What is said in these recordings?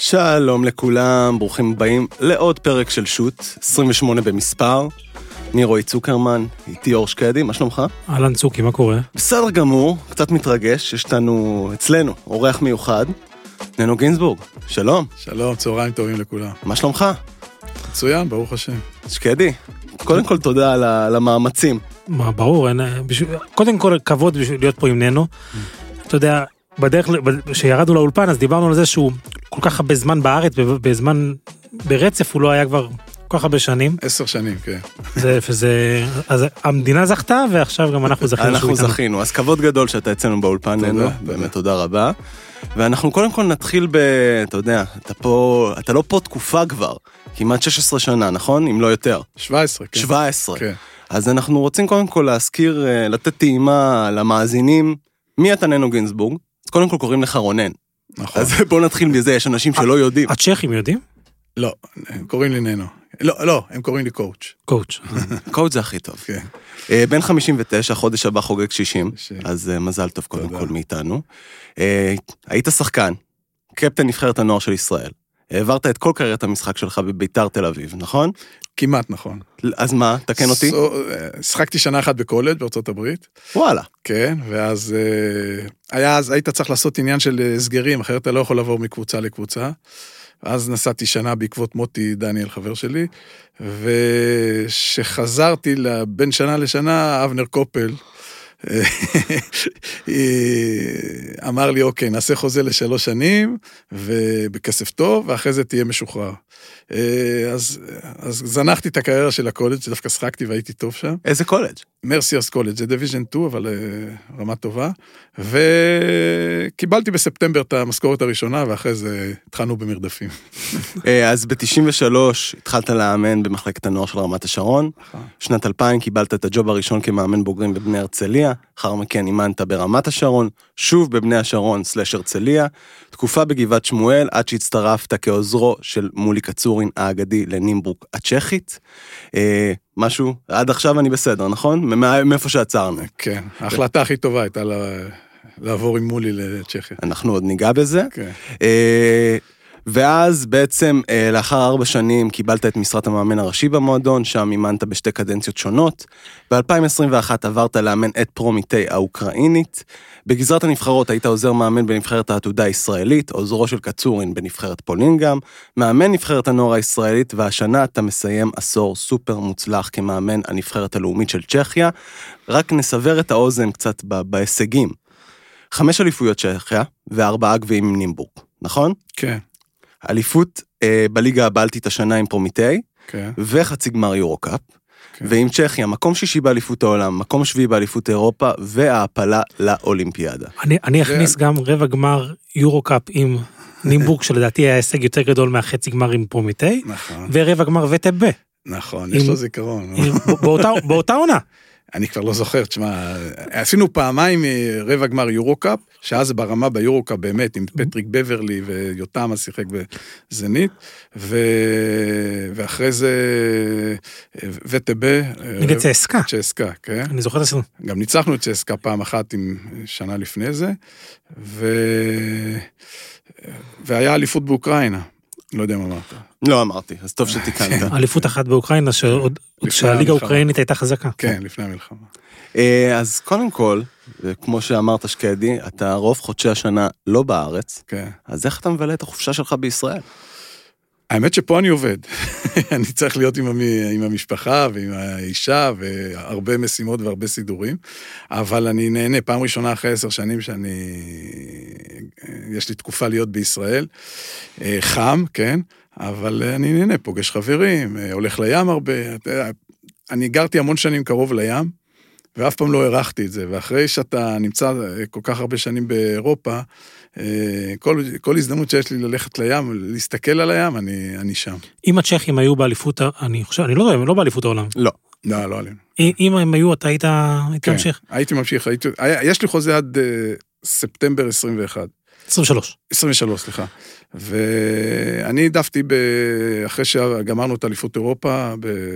שלום לכולם, ברוכים הבאים לעוד פרק של שוט, 28 במספר. אני רועי צוקרמן, איתי אור שקדי, מה שלומך? אהלן צוקי, מה קורה? בסדר גמור, קצת מתרגש, יש לנו אצלנו אורח מיוחד, ננו גינזבורג, שלום. שלום, צהריים טובים לכולם. מה שלומך? מצוין, ברוך השם. שקדי, קודם כל תודה על המאמצים. מה, ברור, קודם כל כבוד בשביל להיות פה עם ננו. אתה יודע, בדרך שירדנו לאולפן, אז דיברנו על זה שהוא כל כך הרבה זמן בארץ, בזמן ברצף הוא לא היה כבר כל כך הרבה שנים. 10 שנים, כן. אז המדינה זכתה, ועכשיו גם אנחנו זכינו. אנחנו זכינו, אז כבוד גדול שאתה אצלנו באולפן, ננו, באמת תודה רבה. ואנחנו קודם כל נתחיל אתה יודע, אתה לא פה תקופה כבר, כמעט 16 שנה, נכון? אם לא יותר. 17, כן. 17. כן. אז אנחנו רוצים קודם כל להזכיר, לתת טעימה למאזינים, מי אתה ננו גינזבורג? אז קודם כל קוראים לך רונן. נכון. אז בואו נתחיל מזה, יש אנשים שלא יודעים. הצ'כים יודעים? לא, הם קוראים לי ננו. לא, הם קוראים לי קואוץ'. קואוץ'. קואוץ' זה הכי טוב. כן. בן 59, חודש הבא חוגג 60, אז מזל טוב קודם כל מאיתנו. היית שחקן, קפטן נבחרת הנוער של ישראל. העברת את כל קריירת המשחק שלך בביתר תל אביב, נכון? כמעט נכון. אז מה, תקן אותי? שחקתי שנה אחת בקולג' בארצות הברית. וואלה. כן, ואז היית צריך לעשות עניין של סגרים, אחרת אתה לא יכול לעבור מקבוצה לקבוצה. אז נסעתי שנה בעקבות מוטי דניאל, חבר שלי, ושחזרתי בין שנה לשנה, אבנר קופל, אמר לי, אוקיי, נעשה חוזה ל3 שנים, ובכסף טוב, ואחרי זה תהיה משוחרר. אז זנחתי את הקריירה של הקולג', שדווקא שחקתי והייתי טוב שם. איזה קולג'? מרסיארס קולג', זה דיוויז'ן 2, אבל רמה טובה. וקיבלתי בספטמבר את המשכורת הראשונה, ואחרי זה התחלנו במרדפים. אז ב-93 התחלת לאמן במחלקת הנוער של רמת השרון. שנת 2000 קיבלת את הג'וב הראשון כמאמן בוגרים בבני הרצליה. אחר מכן אימנת ברמת השרון, שוב בבני השרון / הרצליה. תקופה בגבעת שמואל, עד שהצטרפת כעוזרו של מולי קצורין האגדי לנימבורג הצ'כית. משהו, עד עכשיו אני בסדר, נכון? מאיפה שעצרנו. כן, ההחלטה הכי טובה הייתה לעבור עם מולי לצ'כיה. אנחנו עוד ניגע בזה. כן. ואז בעצם לאחר 4 שנים קיבלת את משרת המאמן הראשי במועדון, שם אימנת בשתי קדנציות שונות. ב-2021 עברת לאמן את פרומיטי האוקראינית. בגזרת הנבחרות היית עוזר מאמן בנבחרת העתודה הישראלית, עוזרו של קצורין בנבחרת פולין גם, מאמן נבחרת הנוער הישראלית, והשנה אתה מסיים עשור סופר מוצלח כמאמן הנבחרת הלאומית של צ'כיה. רק נסבר את האוזן קצת בהישגים. 5 אליפויות צ'כיה ו4 גביעים עם נימבורג, נכון? כן. אליפות בליגה הבלטית השנה עם פרומיטי, כן. וחצי גמר יורו-קאפ, כן. ועם צ'כיה, מקום 6 באליפות העולם, מקום 7 באליפות אירופה, וההעפלה לאולימפיאדה. אני אכניס גם רבע גמר יורו-קאפ עם נימבורג, שלדעתי היה הישג יותר גדול מהחצי גמר עם פרומיטי, נכון. ורבע גמר וטב. נכון, יש לו זיכרון. באותה עונה. אני כבר לא זוכר, תשמע, עשינו פעמיים רבע גמר יורו-קאפ, שאז ברמה ביורו-קאפ באמת, עם פטריק בברלי ויותם שיחק בזנית, ואחרי זה וטב. נגד צ'סקה. צ'סקה, כן. אני זוכר את הסרט. גם ניצחנו את צ'סקה פעם אחת עם שנה לפני זה, והיה אליפות באוקראינה. לא יודע מה אמרת. לא אמרתי, אז טוב שתיקנת. אליפות אחת באוקראינה, שהליגה האוקראינית הייתה חזקה. כן, לפני המלחמה. אז קודם כל, כמו שאמרת שקדי, אתה רוב חודשי השנה לא בארץ, כן. אז איך אתה מבלה את החופשה שלך בישראל? האמת שפה אני עובד. אני צריך להיות עם המשפחה ועם האישה, והרבה משימות והרבה סידורים, אבל אני נהנה, פעם ראשונה אחרי 10 שנים יש לי תקופה להיות בישראל, חם, כן, אבל אני נהנה, פוגש חברים, הולך לים הרבה, אני גרתי המון שנים קרוב לים, ואף פעם לא ערכתי את זה, ואחרי שאתה נמצא כל כך הרבה שנים באירופה, כל הזדמנות שיש לי ללכת לים, להסתכל על הים, אני שם. אם הצ'כים היו באליפות, אני לא יודע, הם לא באליפות העולם. לא. לא עליהם. אם הם היו, אתה היית ממשיך? הייתי ממשיך, יש לי חוזה עד ספטמבר 21. 23, סליחה. ואני העדפתי, אחרי שגמרנו את אליפות אירופה,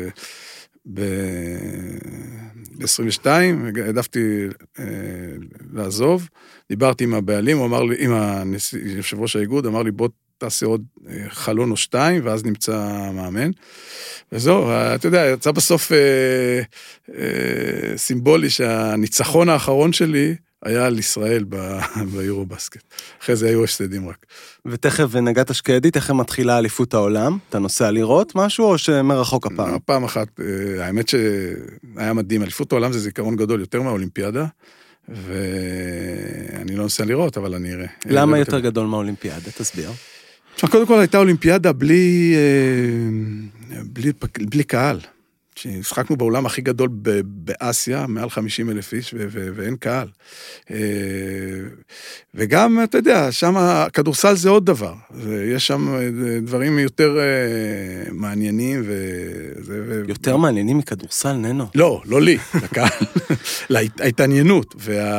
ב-22, העדפתי לעזוב, דיברתי עם הבעלים, הוא אמר לי, עם יושב ראש האיגוד, אמר לי, בוא תעשה עוד חלון או שתיים, ואז נמצא מאמן. וזהו, אתה יודע, יצא בסוף סימבולי שהניצחון האחרון שלי היה על ישראל ביורובסקט. אחרי זה היו הפסדים רק. ותכף נגעת שקדית, איך מתחילה אליפות העולם? אתה נוסע לראות משהו או שמרחוק הפעם? פעם אחת, האמת שהיה מדהים, אליפות העולם זה זיכרון גדול יותר מהאולימפיאדה, ואני לא נוסע לראות, אבל אני אראה. למה יותר גדול מהאולימפיאדה? תסביר. קודם כל הייתה אולימפיאדה בלי קהל. ששחקנו בעולם הכי גדול באסיה, מעל 50,000 איש, ואין קהל. וגם, אתה יודע, שם כדורסל זה עוד דבר. יש שם דברים יותר מעניינים. יותר מעניינים מכדורסל, ננו? לא לי, לקהל. להתעניינות.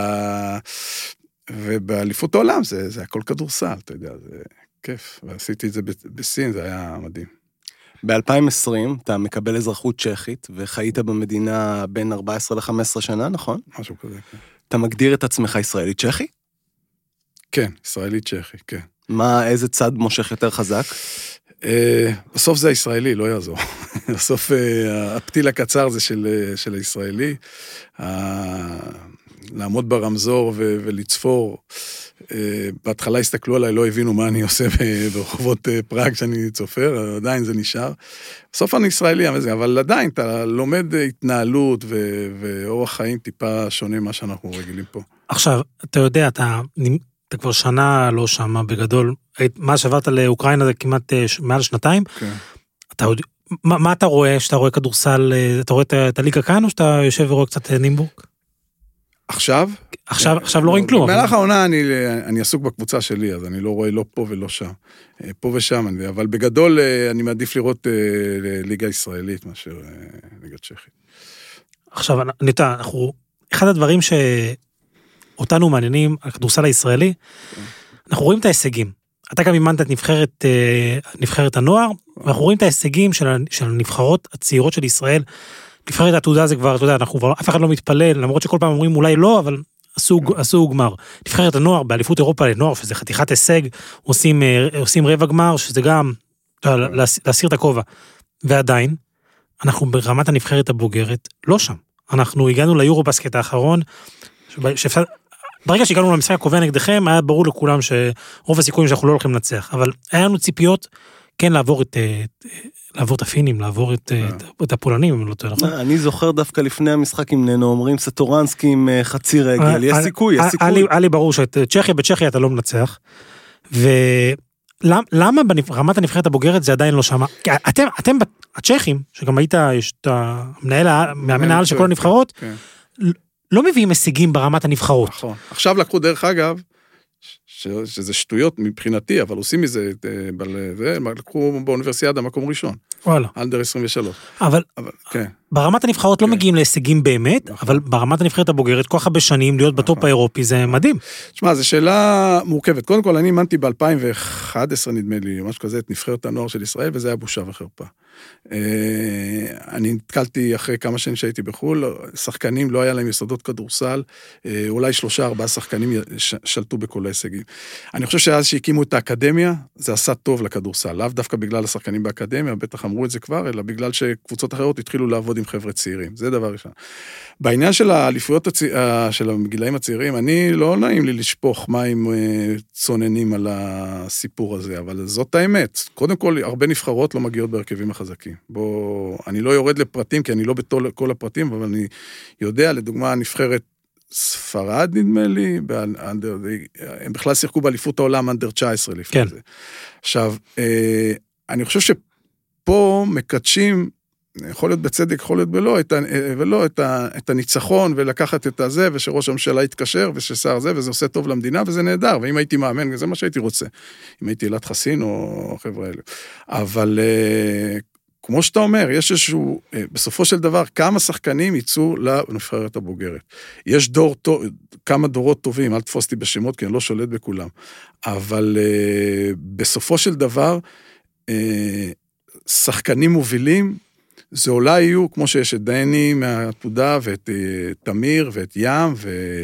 ובאליפות העולם זה הכל כדורסל, אתה יודע, זה כיף. ועשיתי את זה בסין, זה היה מדהים. ב-2020 אתה מקבל אזרחות צ'כית, וחיית במדינה בין 14 ל-15 שנה, נכון? משהו כזה, כן. אתה מגדיר את עצמך ישראלי-צ'כי? כן, ישראלי-צ'כי, כן. איזה צד מושך יותר חזק? בסוף זה הישראלי, לא יעזור. בסוף הפתיל הקצר זה של הישראלי, לעמוד ברמזור ולצפור, בהתחלה הסתכלו עליי, לא הבינו מה אני עושה ברחובות פראג שאני צופר, עדיין זה נשאר. בסוף אני ישראלי, אבל עדיין אתה לומד התנהלות ואורח חיים טיפה שונה מה שאנחנו רגילים פה. עכשיו, אתה יודע, אתה כבר שנה לא שמה בגדול, מה שעברת לאוקראינה זה כמעט מעל שנתיים, מה אתה רואה, שאתה רואה כדורסל, אתה רואה את הליגה כאן, או שאתה יושב ורואה קצת נימבורג? עכשיו לא רואים כלום. במהלך העונה אני עסוק בקבוצה שלי, אז אני לא רואה לא פה ולא שם. פה ושם, אבל בגדול אני מעדיף לראות ליגה ישראלית מאשר ליגה צ'כית. עכשיו, אחד הדברים שאותנו מעניינים, הכדורסל הישראלי, אנחנו רואים את ההישגים. אתה גם אימנת את נבחרת הנוער, ואנחנו רואים את ההישגים של הנבחרות הצעירות של ישראל, נבחרת העתודה זה כבר, אתה יודע, אף אחד לא מתפלל, למרות שכל פעם אומרים אולי לא, אבל עשו גמר. נבחרת הנוער, באליפות אירופה לנוער, שזה חתיכת הישג, עושים רבע גמר, שזה גם, להסיר את הכובע. ועדיין, אנחנו ברמת הנבחרת הבוגרת, לא שם. אנחנו הגענו ליורובסקט האחרון, ברגע שהגענו למשחק הקובע נגדכם, היה ברור לכולם שרוב הסיכויים שאנחנו לא הולכים לנצח, אבל היה לנו ציפיות, כן לעבור את הפינים, לעבור את הפולנים, אם לא טועה, נכון? אני זוכר דווקא לפני המשחק עם ננו, אומרים סטורנסקי עם חצי רגל, יש סיכוי, יש סיכוי. היה לי ברור בצ'כיה אתה לא מנצח, ולמה ברמת הנבחרת הבוגרת זה עדיין לא שמה? אתם הצ'כים, שגם היית, יש את המאמן העל של כל הנבחרות, לא מביאים הישגים ברמת הנבחרות. נכון. עכשיו לקחו דרך אגב, שזה שטויות מבחינתי, אבל עושים מזה, לקחו באוניברסיאדה מקום ראשון. וואלה. אנדר 23. אבל כן. ברמת הנבחרות לא מגיעים להישגים באמת, אבל ברמת הנבחרת הבוגרת, כל כך הרבה שנים להיות בטופ האירופי, זה מדהים. תשמע, זו שאלה מורכבת. קודם כל, אני אימנתי ב-2011, נדמה לי, משהו כזה, את נבחרת הנוער של ישראל, וזה היה בושה וחרפה. אני נתקלתי אחרי כמה שנים שהייתי בחול, שחקנים לא היה להם יסודות כדורסל, אולי 3-4 שחקנים שלטו בכל ההישגים. אני חושב שאז שהקימו את האקדמיה, זה עשה טוב לכדורסל, לאו דווקא בגלל השחקנים באקדמיה, בטח אמרו את זה כבר, אלא בגלל שקבוצות אחרות התחילו לעבוד עם חבר'ה צעירים, זה דבר ראשון. בעניין של האליפויות של הגילאים הצעירים, אני לא נעים לי לשפוך מים צוננים על הסיפור הזה, אבל זאת האמת. קודם כל, הרבה נבחרות לא מגיעות בהרכבים החזקים. אני לא יורד לפרטים, כי אני לא בכל הפרטים, אבל אני יודע, לדוגמה, נבחרת ספרד, נדמה לי, הם בכלל שיחקו באליפות העולם אנדר 19 לפני זה. עכשיו, אני חושב שפה מקדשים, יכול להיות בצדק, יכול להיות ולא, את הניצחון, ולקחת את הזה, ושראש הממשלה יתקשר, וששר זה, וזה עושה טוב למדינה, וזה נהדר, ואם הייתי מאמן, זה מה שהייתי רוצה, אם הייתי אלת חסין, או חבר'ה האלה. אבל כמו שאתה אומר, יש איזשהו, בסופו של דבר, כמה שחקנים יצאו לנבחרת הבוגרת. יש כמה דורות טובים, אל תפוסתי בשמות, כי אני לא שולט בכולם, אבל בסופו של דבר, שחקנים מובילים, זה אולי יהיו, כמו שיש את דני מהעתודה, ואת תמיר, ואת ים,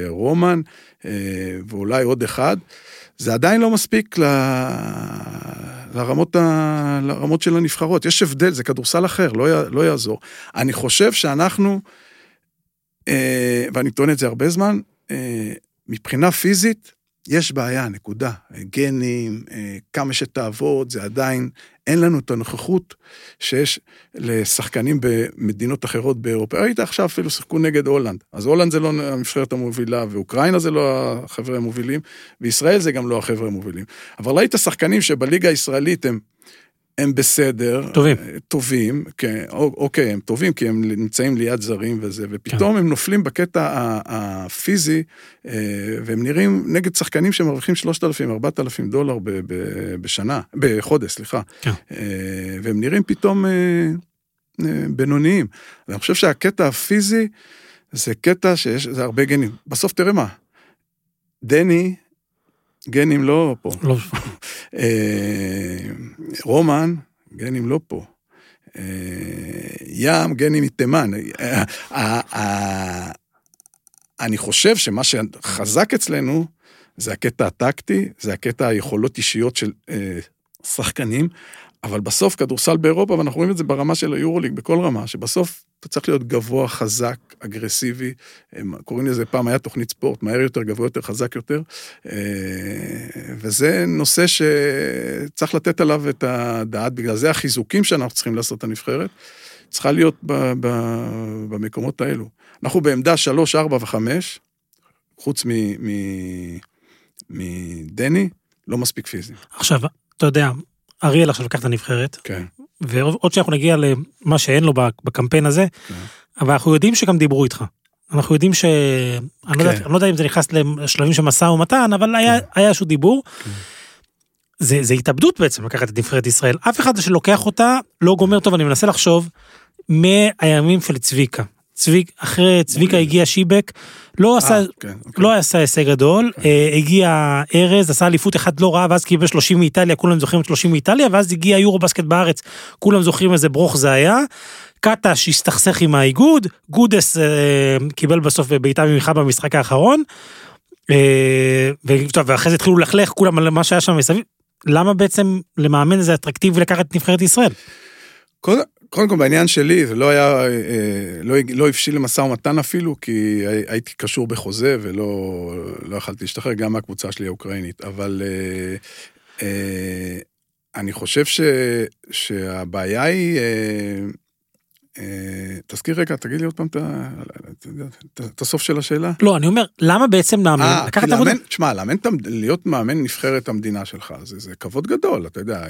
ורומן, ואולי עוד אחד, זה עדיין לא מספיק לרמות של הנבחרות. יש הבדל, זה כדורסל אחר, לא יעזור. אני חושב שאנחנו, ואני טוען את זה הרבה זמן, מבחינה פיזית, יש בעיה, נקודה. גנים, כמה שתעבוד, זה עדיין, אין לנו את הנוכחות שיש לשחקנים במדינות אחרות באירופה. ראית עכשיו אפילו שיחקו נגד הולנד. אז הולנד זה לא הנבחרת המובילה, ואוקראינה זה לא החבר'ה המובילים, וישראל זה גם לא החבר'ה המובילים. אבל ראית שחקנים שבליגה הישראלית הם בסדר, טובים, אוקיי, הם טובים, כי הם נמצאים ליד זרים וזה, ופתאום הם נופלים בקטע הפיזי, והם נראים נגד שחקנים שמרוויחים $3,000-4,000 בשנה, בחודש, סליחה, והם נראים פתאום בינוניים. ואני חושב שהקטע הפיזי, זה קטע שיש, זה הרבה גנים. בסוף תראה מה, דני, גנים לא פה. לא. רומן, גנים לא פה. ים, גנים מתימן. אני חושב שמה שחזק אצלנו, זה הקטע הטקטי, זה הקטע היכולות אישיות של שחקנים, אבל בסוף כדורסל באירופה, ואנחנו רואים את זה ברמה של היורוליג, בכל רמה, שבסוף אתה צריך להיות גבוה, חזק, אגרסיבי, קוראים לזה פעם היה תוכנית ספורט, מהר יותר, גבוה יותר, חזק יותר, וזה נושא שצריך לתת עליו את הדעת, בגלל זה החיזוקים שאנחנו צריכים לעשות את הנבחרת, צריכה להיות במקומות האלו. אנחנו בעמדה 3, 4 ו-5, חוץ מדני, לא מספיק פיזי. עכשיו, אתה יודע, אריאל עכשיו לקח את הנבחרת, כן. ועוד שאנחנו נגיע למה שאין לו בקמפיין הזה, אבל אנחנו יודעים שגם דיברו איתך. אנחנו יודעים אני לא יודע אם זה נכנס לשלבים של מסע ומתן, אבל היה איזשהו דיבור. זה התאבדות בעצם לקחת את נבחרת ישראל. אף אחד שלוקח אותה לא גומר טוב, אני מנסה לחשוב, מהימים של צביקה. אחרי צביקה הגיע שיבק, לא עשה הישג גדול, הגיע ארז, עשה אליפות אחד לא רע, ואז קיבל 30 מאיטליה, כולם זוכרים את 30 מאיטליה, ואז הגיע יורו בסקט בארץ, כולם זוכרים איזה ברוך זה היה, קטש הסתכסך עם האיגוד, גודס קיבל בסוף בעיטה ממיכה במשחק האחרון, ואחרי זה התחילו לחלך כולם על מה שהיה שם מסביב, למה בעצם למאמן זה אטרקטיבי לקחת את נבחרת ישראל? קודם כל, בעניין שלי, זה לא היה, לא הבשיל למשא ומתן אפילו, כי הייתי קשור בחוזה, ולא יכלתי להשתחרר גם מהקבוצה שלי האוקראינית, אבל אני חושב שהבעיה היא, תזכיר רגע, תגיד לי עוד פעם את הסוף של השאלה. לא, אני אומר, למה בעצם מאמן? תשמע, להיות מאמן נבחרת המדינה שלך, זה כבוד גדול, אתה יודע,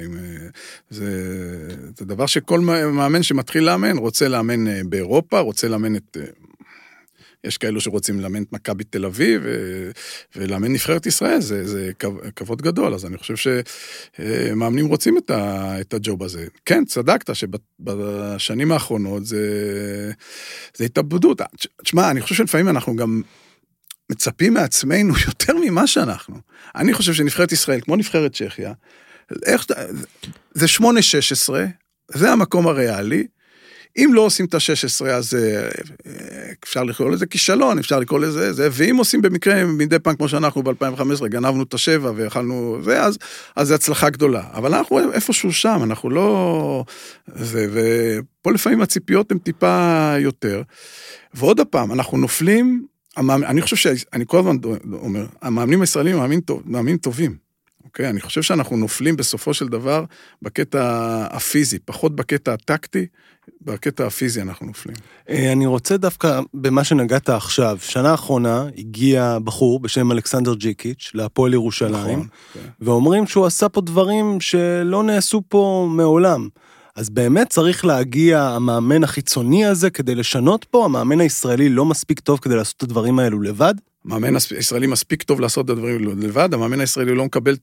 זה דבר שכל מאמן שמתחיל לאמן, רוצה לאמן באירופה, רוצה לאמן את... יש כאלו שרוצים לאמן את מכבי תל אביב, ולאמן נבחרת ישראל, זה כבוד גדול, אז אני חושב שמאמנים רוצים את הג'וב הזה. כן, צדקת שבשנים האחרונות זה התאבדות. תשמע, אני חושב שלפעמים אנחנו גם מצפים מעצמנו יותר ממה שאנחנו. אני חושב שנבחרת ישראל, כמו נבחרת צ'כיה, זה 8-16, זה המקום הריאלי, אם לא עושים את ה-16, אז אפשר לקרוא לזה כישלון, אפשר לקרוא לזה זה, ואם עושים במקרה מדי פעם, כמו שאנחנו ב-2015, גנבנו את ה-7 ואכלנו זה, אז זה הצלחה גדולה. אבל אנחנו איפשהו שם, אנחנו לא... ופה לפעמים הציפיות הן טיפה יותר. ועוד הפעם, אנחנו נופלים, אני חושב שאני כל הזמן אומר, המאמנים הישראלים מאמנים טובים. אוקיי? אני חושב שאנחנו נופלים בסופו של דבר בקטע הפיזי, פחות בקטע הטקטי, בקטע הפיזי אנחנו נופלים. אני רוצה דווקא במה שנגעת עכשיו, שנה האחרונה הגיע בחור בשם אלכסנדר ג'יקיץ' להפועל ירושלים, ואומרים שהוא עשה פה דברים שלא נעשו פה מעולם. אז באמת צריך להגיע המאמן החיצוני הזה כדי לשנות פה, המאמן הישראלי לא מספיק טוב כדי לעשות את הדברים האלו לבד? המאמן הישראלי מספיק טוב לעשות את הדברים לבד, המאמן הישראלי לא מקבל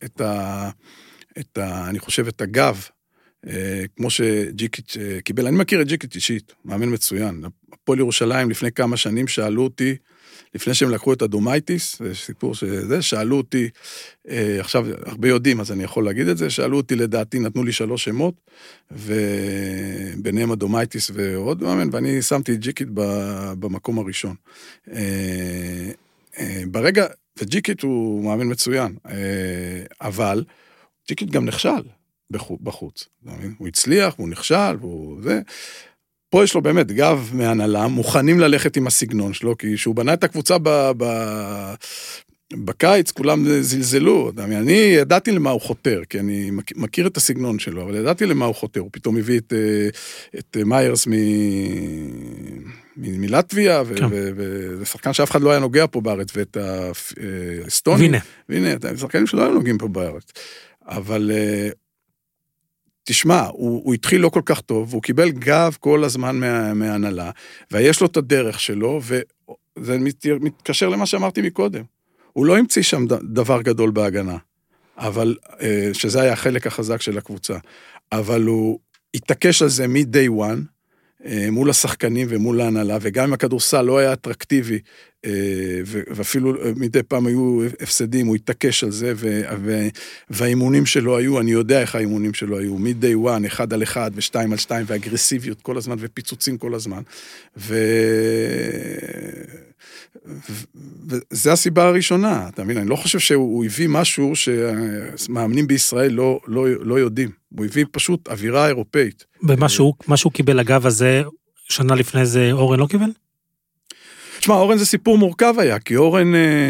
אני חושב, את הגב, כמו שג'יקיץ' קיבל. אני מכיר את ג'יקיץ' אישית, מאמן מצוין. הפועל ירושלים לפני כמה שנים שאלו אותי, לפני שהם לקחו את הדומייטיס, זה סיפור שזה, שאלו אותי, עכשיו הרבה יודעים, אז אני יכול להגיד את זה, שאלו אותי לדעתי, נתנו לי 3 שמות, וביניהם הדומייטיס ועוד מאמן, ואני שמתי את ג'יקיט במקום הראשון. ברגע, וג'יקיט הוא מאמן מצוין, אבל ג'יקיט גם נכשל. בחוץ. הוא הצליח, הוא נכשל, והוא זה. פה יש לו באמת גב מהנהלה, מוכנים ללכת עם הסגנון שלו, כי שהוא בנה את הקבוצה בקיץ, כולם זלזלו. אני ידעתי למה הוא חותר, כי אני מכיר את הסגנון שלו, אבל ידעתי למה הוא חותר. הוא פתאום הביא את מיירס מלטביה, וזה שחקן שאף אחד לא היה נוגע פה בארץ, ואת האסטוני. והנה, שחקנים שלא היו נוגעים פה בארץ. אבל תשמע, הוא התחיל לא כל כך טוב, והוא קיבל גב כל הזמן מההנהלה, ויש לו את הדרך שלו, וזה מתקשר למה שאמרתי מקודם. הוא לא המציא שם דבר גדול בהגנה, אבל, שזה היה החלק החזק של הקבוצה, אבל הוא התעקש על זה מ-day one, מול השחקנים ומול ההנהלה, וגם אם הכדורסל לא היה אטרקטיבי, ואפילו מדי פעם היו הפסדים, הוא התעקש על זה, והאימונים שלו היו, אני יודע איך האימונים שלו היו, מ-day one, 1 על 1 ו2 על 2, ואגרסיביות כל הזמן, ופיצוצים כל הזמן, וזה הסיבה הראשונה, אתה מבין, אני לא חושב שהוא הביא משהו שמאמנים בישראל לא יודעים, הוא הביא פשוט אווירה אירופאית. ומה שהוא קיבל אגב הזה, שנה לפני זה אורן לא קיבל? תשמע, אורן זה סיפור מורכב היה, כי אורן,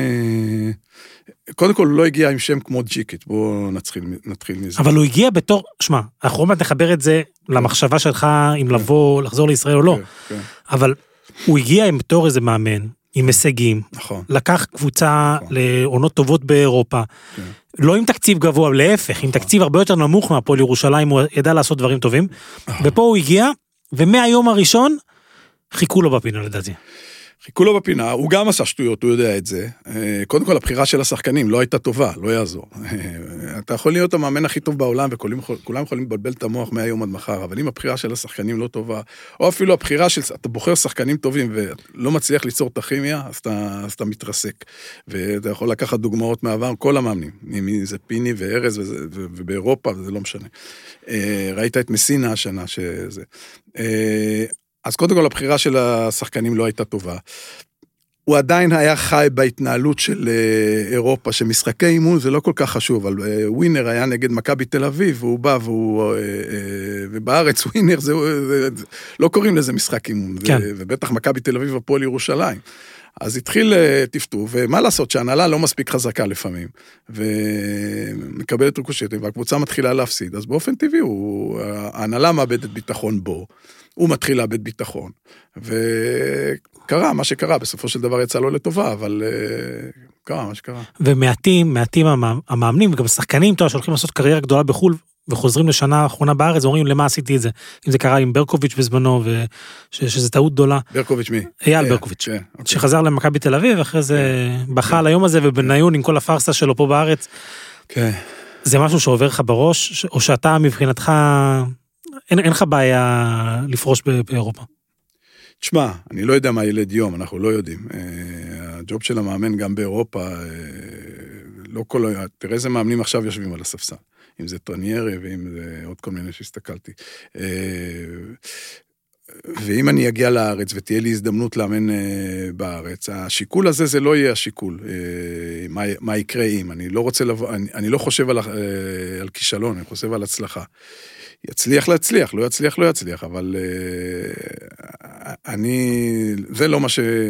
קודם כל הוא לא הגיע עם שם כמו ג'יקית, בואו נתחיל מזה. אבל הוא הגיע בתור, שמע, אנחנו עוד מעט נחבר את זה למחשבה שלך, אם לחזור לישראל או לא, אבל הוא הגיע עם בתור איזה מאמן, עם הישגים, לקח קבוצה לעונות טובות באירופה, לא עם תקציב גבוה, להפך, עם תקציב הרבה יותר נמוך מהפועל ירושלים, הוא ידע לעשות דברים טובים, ופה הוא הגיע, ומהיום הראשון, חיכו לו בפינה לדעתי. חיכו לו בפינה, הוא גם עשה שטויות, הוא יודע את זה. קודם כל, הבחירה של השחקנים לא הייתה טובה, לא יעזור. אתה יכול להיות המאמן הכי טוב בעולם, וכולם יכולים לבלבל את המוח מהיום עד מחר, אבל אם הבחירה של השחקנים לא טובה, או אפילו הבחירה של, אתה בוחר שחקנים טובים, ולא מצליח ליצור את הכימיה, אז אתה מתרסק. ואתה יכול לקחת דוגמאות מעבר, כל המאמנים, זה פיני וארז, ובאירופה, וזה לא משנה. ראית את מסינה השנה שזה. אז קודם כל הבחירה של השחקנים לא הייתה טובה. הוא עדיין היה חי בהתנהלות של אירופה, שמשחקי אימון זה לא כל כך חשוב, אבל ווינר היה נגד מכבי תל אביב, והוא בא ובארץ ווינר לא קוראים לזה משחק אימון, כן. ובטח מכבי תל אביב הפועל ירושלים. אז התחיל טפטוף, ומה לעשות שההנהלה לא מספיק חזקה לפעמים, ומקבלת ריקושטים, והקבוצה מתחילה להפסיד, אז באופן טבעי, ההנהלה מאבדת ביטחון בו, הוא מתחיל לאבד ביטחון, וקרה מה שקרה, בסופו של דבר יצא לו לטובה, אבל קרה מה שקרה. ומעטים המאמנים, וגם שחקנים שהולכים לעשות קריירה גדולה בחול, וחוזרים לשנה האחרונה בארץ, ואומרים למה עשיתי את זה, אם זה קרה עם ברקוביץ' בזמנו, שזה טעות גדולה. ברקוביץ' מי? אייל ברקוביץ', שחזר למכבי תל אביב, ואחרי זה בכה על היום הזה, ובניון עם כל הפרסה שלו פה בארץ. זה משהו שעובר לך בראש, או שאתה מבחינתך, אין לך בעיה לפרוש באירופה? תשמע, אני לא יודע מה ילד יום, אנחנו לא יודעים. הג'וב של המאמן גם באירופה, תראה איזה מאמנים עכשיו יושבים על הספסל. אם זה טרניירי, ואם זה עוד כל מיני שהסתכלתי. ואם אני אגיע לארץ, ותהיה לי הזדמנות לאמן בארץ, השיקול הזה זה לא יהיה השיקול, מה יקרה אם, אני לא חושב על כישלון, אני חושב על הצלחה. יצליח להצליח, לא יצליח, לא יצליח, אבל זה לא מה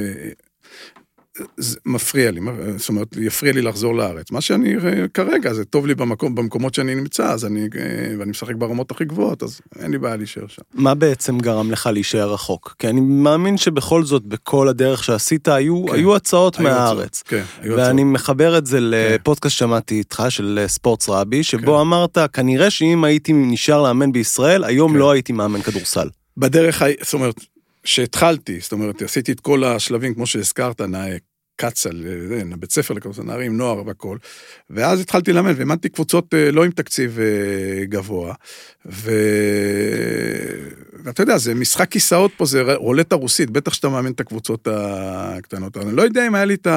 מפריע לי, זאת אומרת, יפריע לי לחזור לארץ. מה שאני כרגע, זה טוב לי במקומות שאני נמצא, ואני משחק ברמות הכי גבוהות, אז אין לי בעיה להישאר שם. מה בעצם גרם לך להישאר רחוק? כי אני מאמין שבכל זאת, בכל הדרך שעשית, היו הצעות מהארץ. ואני מחבר את זה לפודקאסט שמעתי איתך, של ספורטס רבי, שבו אמרת, כנראה שאם הייתי נשאר לאמן בישראל, היום לא הייתי מאמן כדורסל. בדרך, זאת אומרת, שהתחלתי, זאת אומרת, עשיתי את כל השלבים, כמו שהזכרת, קצל, בית ספר לכדורסל, נערים, נוער והכל, ואז התחלתי לאמן, והאמנתי קבוצות לא עם תקציב גבוה, ואתה יודע, זה משחק כיסאות פה, זה רולטה רוסית, בטח שאתה מאמן את הקבוצות הקטנות, אני לא יודע אם היה לי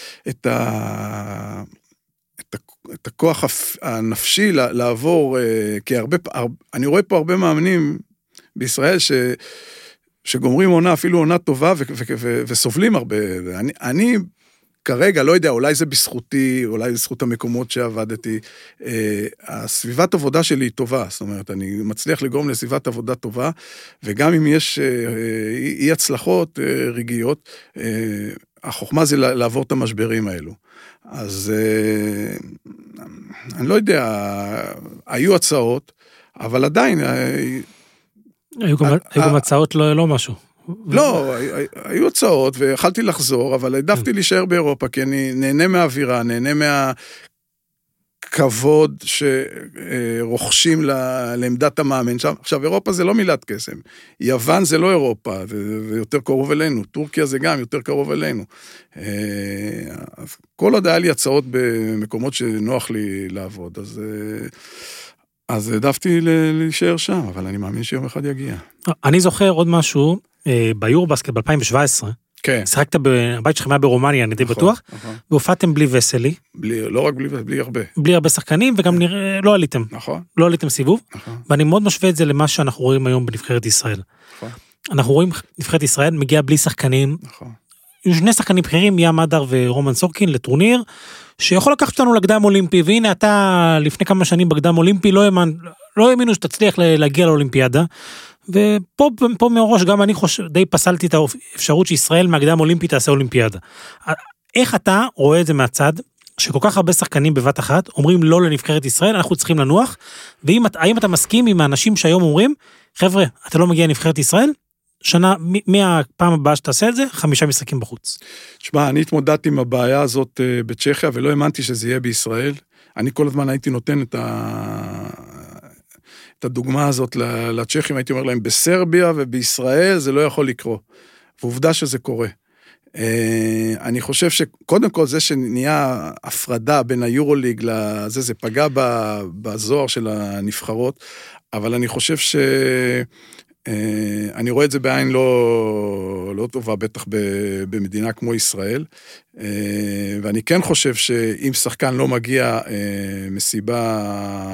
את הכוח הנפשי לעבור, כי אני רואה פה הרבה מאמנים בישראל שגומרים עונה, אפילו עונה טובה, וסובלים הרבה. אני כרגע, לא יודע, אולי זה בזכותי, אולי זה זכות המקומות שעבדתי, הסביבת עבודה שלי היא טובה, זאת אומרת, אני מצליח לגרום לסביבת עבודה טובה, וגם אם יש אי הצלחות רגעיות, החוכמה זה לעבור את המשברים האלו. אז אני לא יודע, היו הצעות, אבל עדיין... היו גם הצעות לא משהו. לא, היו הצעות, ויכלתי לחזור, אבל העדפתי להישאר באירופה, כי אני נהנה מהאווירה, נהנה מהכבוד שרוכשים לעמדת המאמן שם. עכשיו, אירופה זה לא מילת קסם. יוון זה לא אירופה, זה יותר קרוב אלינו. טורקיה זה גם יותר קרוב אלינו. כל עוד היה לי הצעות במקומות שנוח לי לעבוד, אז העדפתי להישאר שם, אבל אני מאמין שיום אחד יגיע. אני זוכר עוד משהו, ביורבסקט ב-2017, כן. שחקת בבית שלכם היה ברומניה, אני די בטוח, והופעתם בלי וסלי. לא רק בלי הרבה. בלי הרבה שחקנים, וגם נראה, לא עליתם. נכון. לא עליתם סיבוב, נכון. ואני מאוד משווה את זה למה שאנחנו רואים היום בנבחרת ישראל. נכון. אנחנו רואים נבחרת ישראל מגיעה בלי שחקנים, נכון. היו שני שחקנים בכירים, ים אדר ורומן סורקין, לטורניר, שיכול לקחת אותנו לקדם אולימפי, והנה אתה לפני כמה שנים בקדם אולימפי, לא האמינו שתצליח להגיע לאולימפיאדה, ופה מראש גם אני די פסלתי את האפשרות שישראל מהקדם אולימפי תעשה אולימפיאדה. איך אתה רואה את זה מהצד, שכל כך הרבה שחקנים בבת אחת, אומרים לא לנבחרת ישראל, אנחנו צריכים לנוח, והאם אתה מסכים עם האנשים שהיום אומרים, חבר'ה, אתה לא מגיע לנבחרת ישראל, שנה, מהפעם הבאה שתעשה את זה, 5 משחקים בחוץ. תשמע, אני התמודדתי עם הבעיה הזאת בצ'כיה, ולא האמנתי שזה יהיה בישראל. אני כל הזמן הייתי נותן את הדוגמה הזאת לצ'כים, הייתי אומר להם, בסרביה ובישראל זה לא יכול לקרות. ועובדה שזה קורה. אני חושב שקודם כל זה שנהיה הפרדה בין היורוליג לזה, זה פגע בזוהר של הנבחרות, אבל אני חושב אני רואה את זה בעין לא טובה, בטח במדינה כמו ישראל, ואני כן חושב שאם שחקן לא מגיע מסיבה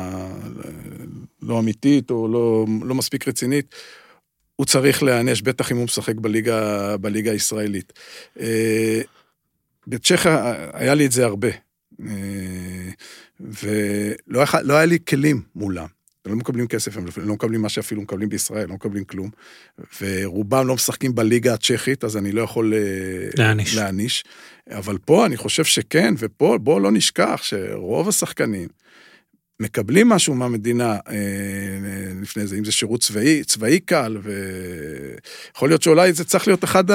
לא אמיתית או לא מספיק רצינית, הוא צריך להיענש, בטח אם הוא משחק בליגה הישראלית. בצ'כיה היה לי את זה הרבה, ולא היה לי כלים מולם. הם לא מקבלים כסף, הם לא מקבלים מה שאפילו מקבלים בישראל, לא מקבלים כלום, ורובם לא משחקים בליגה הצ'כית, אז אני לא יכול להעניש. אבל פה אני חושב שכן, ופה בואו לא נשכח שרוב השחקנים מקבלים משהו מהמדינה לפני זה, אם זה שירות צבאי קל, ויכול להיות שאולי זה צריך להיות אחד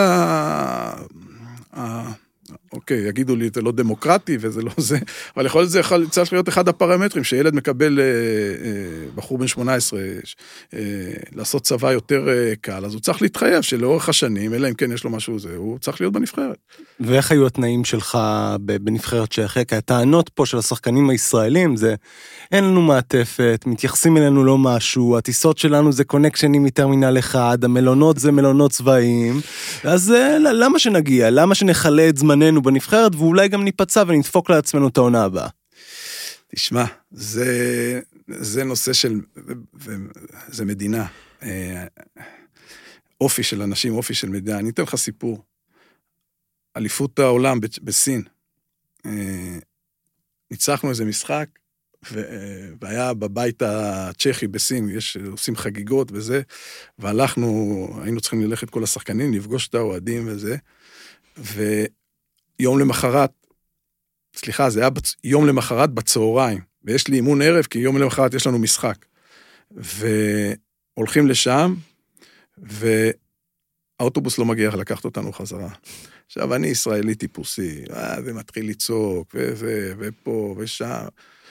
אוקיי, יגידו לי, זה לא דמוקרטי וזה לא זה, אבל יכול להיות זה צריך להיות אחד הפרמטרים, שילד מקבל בחור בן 18, לעשות צבא יותר קל, אז הוא צריך להתחייב שלאורך השנים, אלא אם כן יש לו משהו זה, הוא צריך להיות בנבחרת. ואיך היו התנאים שלך בנבחרת צ'כיה? כי הטענות פה של השחקנים הישראלים זה, אין לנו מעטפת, מתייחסים אלינו לא משהו, הטיסות שלנו זה קונקשנים מטרמינל אחד, המלונות זה מלונות צבאיים, אז למה שנגיע? למה שנחלה את זמננו בנבחרת, ואולי גם ניפצע ונדפוק לעצמנו את העונה הבאה? תשמע, זה נושא של, זה מדינה, אופי של אנשים, אופי של מדינה. אני אתן לך סיפור. אליפות העולם בסין, ניצחנו איזה משחק, והיה בבית הצ'כי בסין, עושים חגיגות וזה, והלכנו, היינו צריכים ללכת כל השחקנים, לפגוש את האוהדים וזה, ויום למחרת, סליחה, זה היה יום למחרת בצהריים, ויש לי אימון ערב, כי יום למחרת יש לנו משחק, והולכים לשם, והאוטובוס לא מגיע לקחת אותנו חזרה. עכשיו, אני ישראלי טיפוסי, ומתחיל לצעוק, ופה ושם,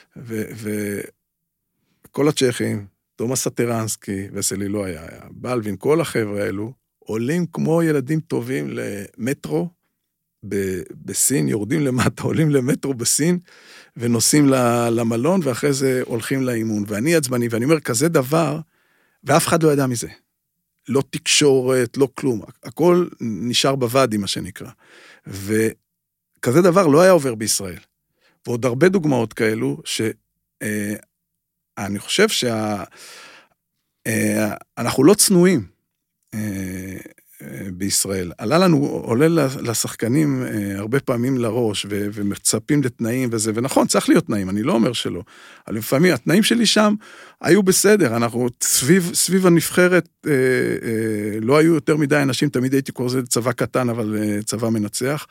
וכל הצ'כים, תומס סטרנסקי, וסלי לא היה, בלווין, כל החבר'ה האלו, עולים כמו ילדים טובים למטרו בסין, יורדים למטה, עולים למטרו בסין, ונוסעים למלון, ואחרי זה הולכים לאימון. ואני עצבני, ואני אומר, כזה דבר, ואף אחד לא ידע מזה. לא תקשורת, לא כלום. הכל נשאר בוואדי, מה שנקרא. וכזה דבר לא היה עובר בישראל. ועוד הרבה דוגמאות כאלו, שאני חושב שאנחנו לא צנועים. בישראל. עולה לשחקנים הרבה פעמים לראש, ומצפים לתנאים וזה, ונכון, צריך להיות תנאים, אני לא אומר שלא, אבל לפעמים התנאים שלי שם היו בסדר, אנחנו סביב הנבחרת, לא היו יותר מדי אנשים, תמיד הייתי קורא לזה צבא קטן, אבל צבא מנצח,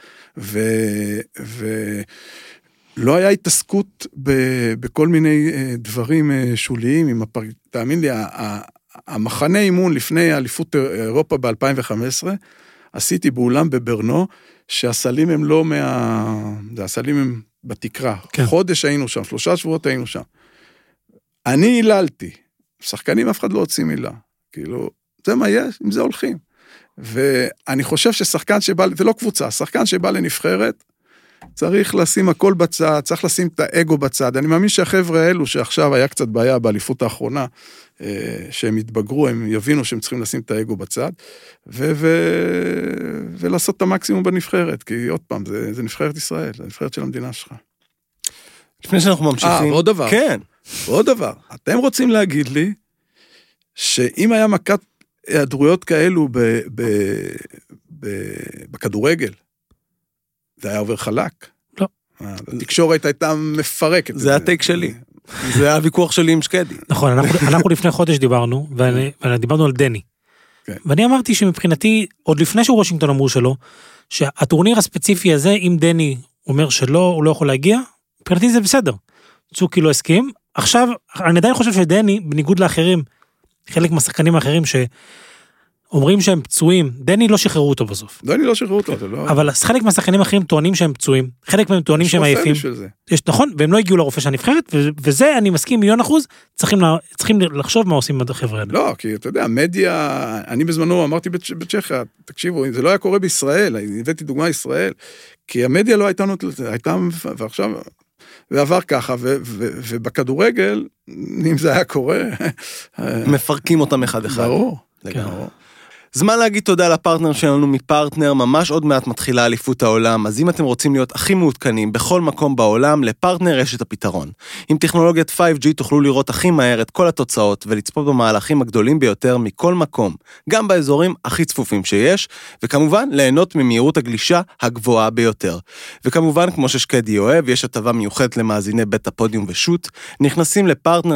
לא היה התעסקות בכל מיני דברים שוליים, תאמין לי, המחנה אימון לפני אליפות אירופה ב-2015, עשיתי באולם בברנו, שהסלים הם לא הסלים הם בתקרה. כן. חודש היינו שם, 3 שבועות היינו שם. אני היללתי, שחקנים אף אחד לא הוציא מילה. כאילו, זה מה יש, עם זה הולכים. ואני חושב ששחקן שבא, זה לא קבוצה, שחקן שבא לנבחרת, צריך לשים הכל בצד, צריך לשים את האגו בצד. אני מאמין שהחבר'ה האלו, שעכשיו היה קצת בעיה באליפות האחרונה, שהם יתבגרו, הם יבינו שהם צריכים לשים את האגו בצד, ולעשות את המקסימום בנבחרת, כי עוד פעם, זה נבחרת ישראל, זה נבחרת של המדינה שלך. לפני שאנחנו ממשיכים. עוד דבר. כן. עוד דבר. אתם רוצים להגיד לי, שאם היה מכת היעדרויות כאלו בכדורגל, זה היה עובר חלק? לא. התקשורת הייתה מפרקת. זה הטייק שלי. זה היה הוויכוח שלי עם שקדי. נכון, אנחנו לפני חודש דיברנו, ודיברנו על דני. ואני אמרתי שמבחינתי, עוד לפני שהוא וושינגטון אמרו שלו, שהטורניר הספציפי הזה, אם דני אומר שלא, הוא לא יכול להגיע, מבחינתי זה בסדר. צוקי לא הסכים. עכשיו, אני עדיין חושב שדני, בניגוד לאחרים, חלק מהשחקנים האחרים אומרים שהם פצועים, דני לא שחררו אותו בסוף. דני לא שחררו אותו, זה לא... אבל חלק מהשחקנים האחרים טוענים שהם פצועים, חלק מהם טוענים שהם עייפים. נכון, והם לא הגיעו לרופא של הנבחרת, וזה אני מסכים 1,000,000%, צריכים לחשוב מה עושים החבר'ה האלה. לא, כי אתה יודע, מדיה, אני בזמנו אמרתי בצ'כיה, תקשיבו, זה לא היה קורה בישראל, הבאתי דוגמה ישראל, כי המדיה לא הייתה, ועכשיו, ועבר ככה, ובכדורגל, אם זה היה קורה... מפרקים אותם אחד אחד. ברור. לגמרי. זמן להגיד תודה לפרטנר שלנו מפרטנר, ממש עוד מעט מתחילה אליפות העולם, אז אם אתם רוצים להיות הכי מעודכנים בכל מקום בעולם, לפרטנר יש את הפתרון. עם טכנולוגיית 5G תוכלו לראות הכי מהר את כל התוצאות, ולצפות במהלכים הגדולים ביותר מכל מקום, גם באזורים הכי צפופים שיש, וכמובן ליהנות ממהירות הגלישה הגבוהה ביותר. וכמובן, כמו ששקדי אוהב, יש הטבה מיוחדת למאזיני בית הפודיום ושוט, נכנסים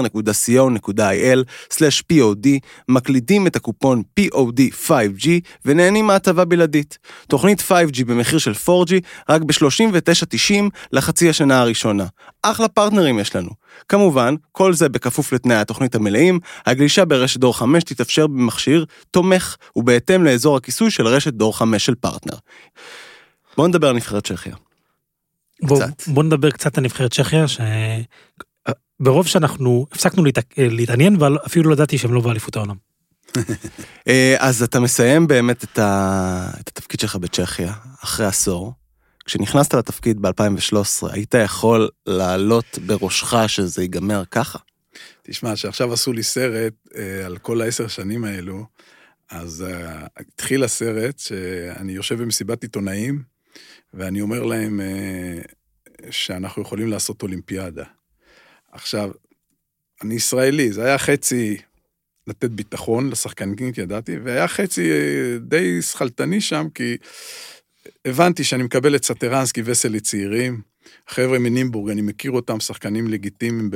לפרטנר.co.il/POD, מקלידים את הקופון POD 5G ונהנים מהטבה בלעדית. תוכנית 5G במחיר של 4G רק ב-39.90 לחצי השנה הראשונה. אחלה פרטנרים יש לנו. כמובן, כל זה בכפוף לתנאי התוכנית המלאים, הגלישה ברשת דור 5 תתאפשר במכשיר תומך ובהתאם לאזור הכיסוי של רשת דור 5 של פרטנר. בואו נדבר על נבחרת צ'כיה. בואו נדבר קצת על נבחרת צ'כיה, ברוב שאנחנו הפסקנו להתעניין, אבל אפילו לא ידעתי שהם לא באליפות העולם. אז אתה מסיים באמת את התפקיד שלך בצ'כיה, אחרי עשור. כשנכנסת לתפקיד ב-2013, היית יכול לעלות בראשך שזה ייגמר ככה? תשמע, שעכשיו עשו לי סרט על כל 10 שנים האלו, אז התחיל הסרט שאני יושב במסיבת עיתונאים, ואני אומר להם שאנחנו יכולים לעשות אולימפיאדה. עכשיו, אני ישראלי, זה היה חצי... לתת ביטחון לשחקנים, כי ידעתי, והיה חצי די שחלטני שם, כי הבנתי שאני מקבל את סטרנסקי וסלי צעירים, חבר'ה מנימבורג, אני מכיר אותם, שחקנים לגיטימיים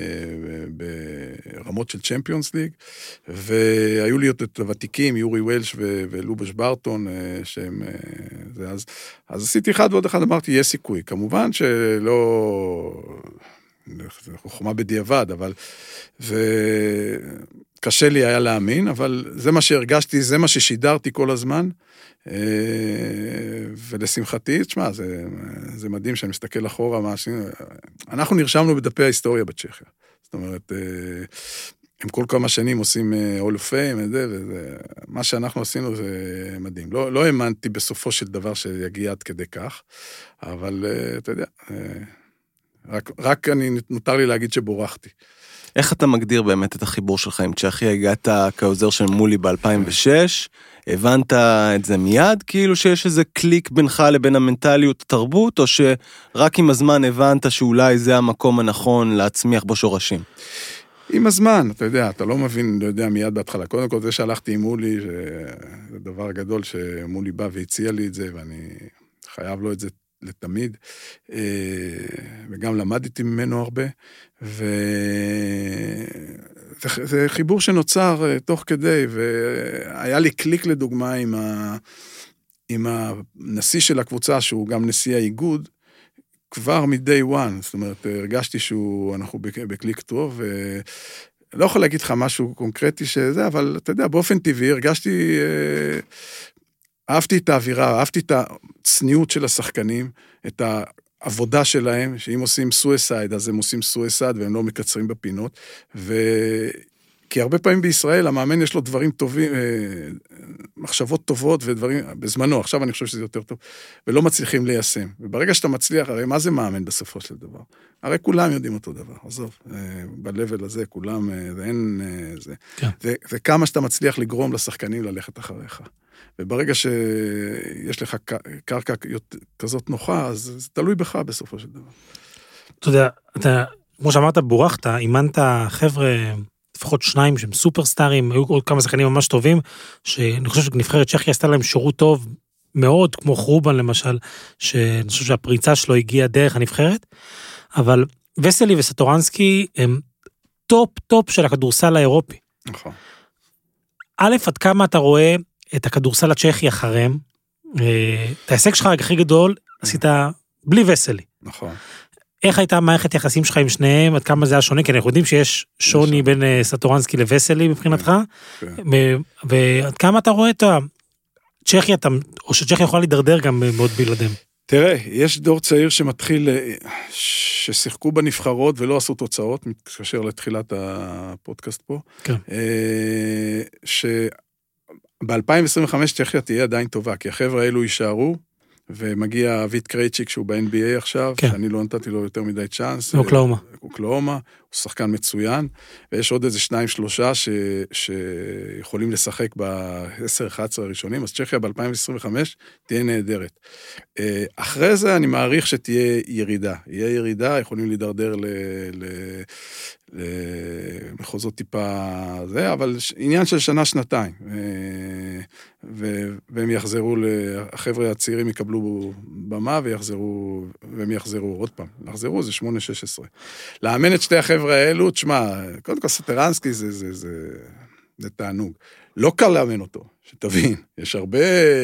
ברמות של צ'מפיונס ליג, והיו לי את הוותיקים, יורי וולש ולובש ברטון, שהם, אז עשיתי אחד ועוד אחד, אמרתי, יש סיכוי, כמובן שלא... חוכמה בדיעבד, אבל וקשה לי היה להאמין, אבל זה מה שהרגשתי, זה מה ששידרתי כל הזמן, ולשמחתי, תשמע, זה מדהים שאני מסתכל אחורה, אנחנו נרשמנו בדפי ההיסטוריה בצ'כיה, זאת אומרת, הם כל כמה שנים עושים Hall of Fame, מה שאנחנו עשינו זה מדהים, לא האמנתי בסופו של דבר שיגיע עד כדי כך, אבל אתה יודע, רק נותר לי להגיד שבורחתי. איך אתה מגדיר באמת את החיבור שלך עם צ'כיה? הגעת כעוזר של מולי ב-2006, הבנת את זה מיד, כאילו שיש איזה קליק בינך לבין המנטליות התרבות, או שרק עם הזמן הבנת שאולי זה המקום הנכון להצמיח בו שורשים? עם הזמן, אתה יודע, אתה לא מבין, לא יודע מיד בהתחלה. קודם כל, זה שהלכתי עם מולי, זה דבר גדול שמולי בא והציע לי את זה, ואני חייב לו את זה לתמיד, וגם למדתי ממנו הרבה, זה חיבור שנוצר תוך כדי, והיה לי קליק לדוגמה עם הנשיא של הקבוצה, שהוא גם נשיא האיגוד, כבר מ-day one, זאת אומרת, הרגשתי שאנחנו בקליק טוב, ולא יכול להגיד לך משהו קונקרטי שזה, אבל אתה יודע, באופן טבעי הרגשתי, אהבתי את האווירה, אהבתי את הצניעות של השחקנים, את העבודה שלהם, שאם עושים סויסייד, אז הם עושים סויסייד, והם לא מקצרים בפינות, כי הרבה פעמים בישראל, המאמן יש לו דברים טובים, מחשבות טובות ודברים, בזמנו, עכשיו אני חושב שזה יותר טוב, ולא מצליחים ליישם. וברגע שאתה מצליח, הרי מה זה מאמן בסופו של דבר? הרי כולם יודעים אותו דבר, עזוב, בלבל הזה, כולם, ואין זה. כן. וכמה שאתה מצליח לגרום לשחקנים ללכת אחריך. וברגע שיש לך קרקע כזאת נוחה, אז זה תלוי בך בסופו של דבר. אתה יודע, כמו שאמרת, בורחת, אימנת חבר'ה, לפחות שניים שהם סופרסטארים, היו עוד כמה שחקנים ממש טובים, שאני חושב שנבחרת צ'כיה עשתה להם שירות טוב מאוד, כמו חרובן למשל, שאני חושב שהפריצה שלו הגיעה דרך הנבחרת, אבל וסלי וסטורנסקי הם טופ של הכדורסל האירופי. נכון. א', עד כמה אתה רואה את הכדורסל הצ'כי אחריהם, את ההישג שלך הכי גדול, עשית בלי וסלי. נכון. איך הייתה מערכת יחסים שלך עם שניהם, עד כמה זה היה שונה, כי אנחנו יודעים שיש שוני בין סטורנסקי לווסלי מבחינתך, ועד כמה אתה רואה את צ'כיה, או שצ'כיה יכולה להידרדר גם מאוד בלעדיהם. תראה, יש דור צעיר שמתחיל, ששיחקו בנבחרות ולא עשו תוצאות, מתקשר לתחילת הפודקאסט פה, שב-2025 צ'כיה תהיה עדיין טובה, כי החבר'ה האלו יישארו, ומגיע אביט קרייצ'יק שהוא ב-NBA עכשיו, כן. שאני לא נתתי לו יותר מדי צ'אנס. אוקלאומה, הוא שחקן מצוין, ויש עוד איזה 2-3 שיכולים לשחק ב-10-11 הראשונים, אז צ'כיה ב-2025 תהיה נהדרת. אחרי זה אני מעריך שתהיה ירידה. יהיה ירידה, יכולים להידרדר למחוזות טיפה זה, אבל עניין של שנה-שנתיים. והם יחזרו, החבר'ה הצעירים יקבלו במה והם יחזרו עוד פעם. לחזרו זה 8-16. לאמן את שתי החבר'ה האלו, תשמע, קודם כל סטרנסקי זה תענוג. לא קל לאמן אותו, שתבין. יש הרבה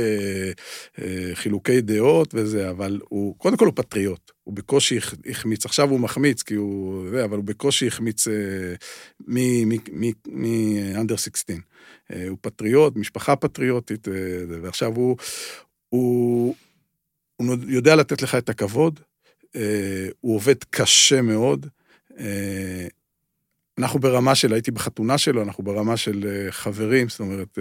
חילוקי דעות וזה, אבל קודם כל הוא פטריוט. הוא בקושי החמיץ. עכשיו הוא מחמיץ, אבל הוא בקושי החמיץ מ-under 16. הוא פטריוט, משפחה פטריוטית, ועכשיו הוא יודע לתת לך את הכבוד, הוא עובד קשה מאוד, אנחנו ברמה של, הייתי בחתונה שלו, אנחנו ברמה של חברים, זאת אומרת,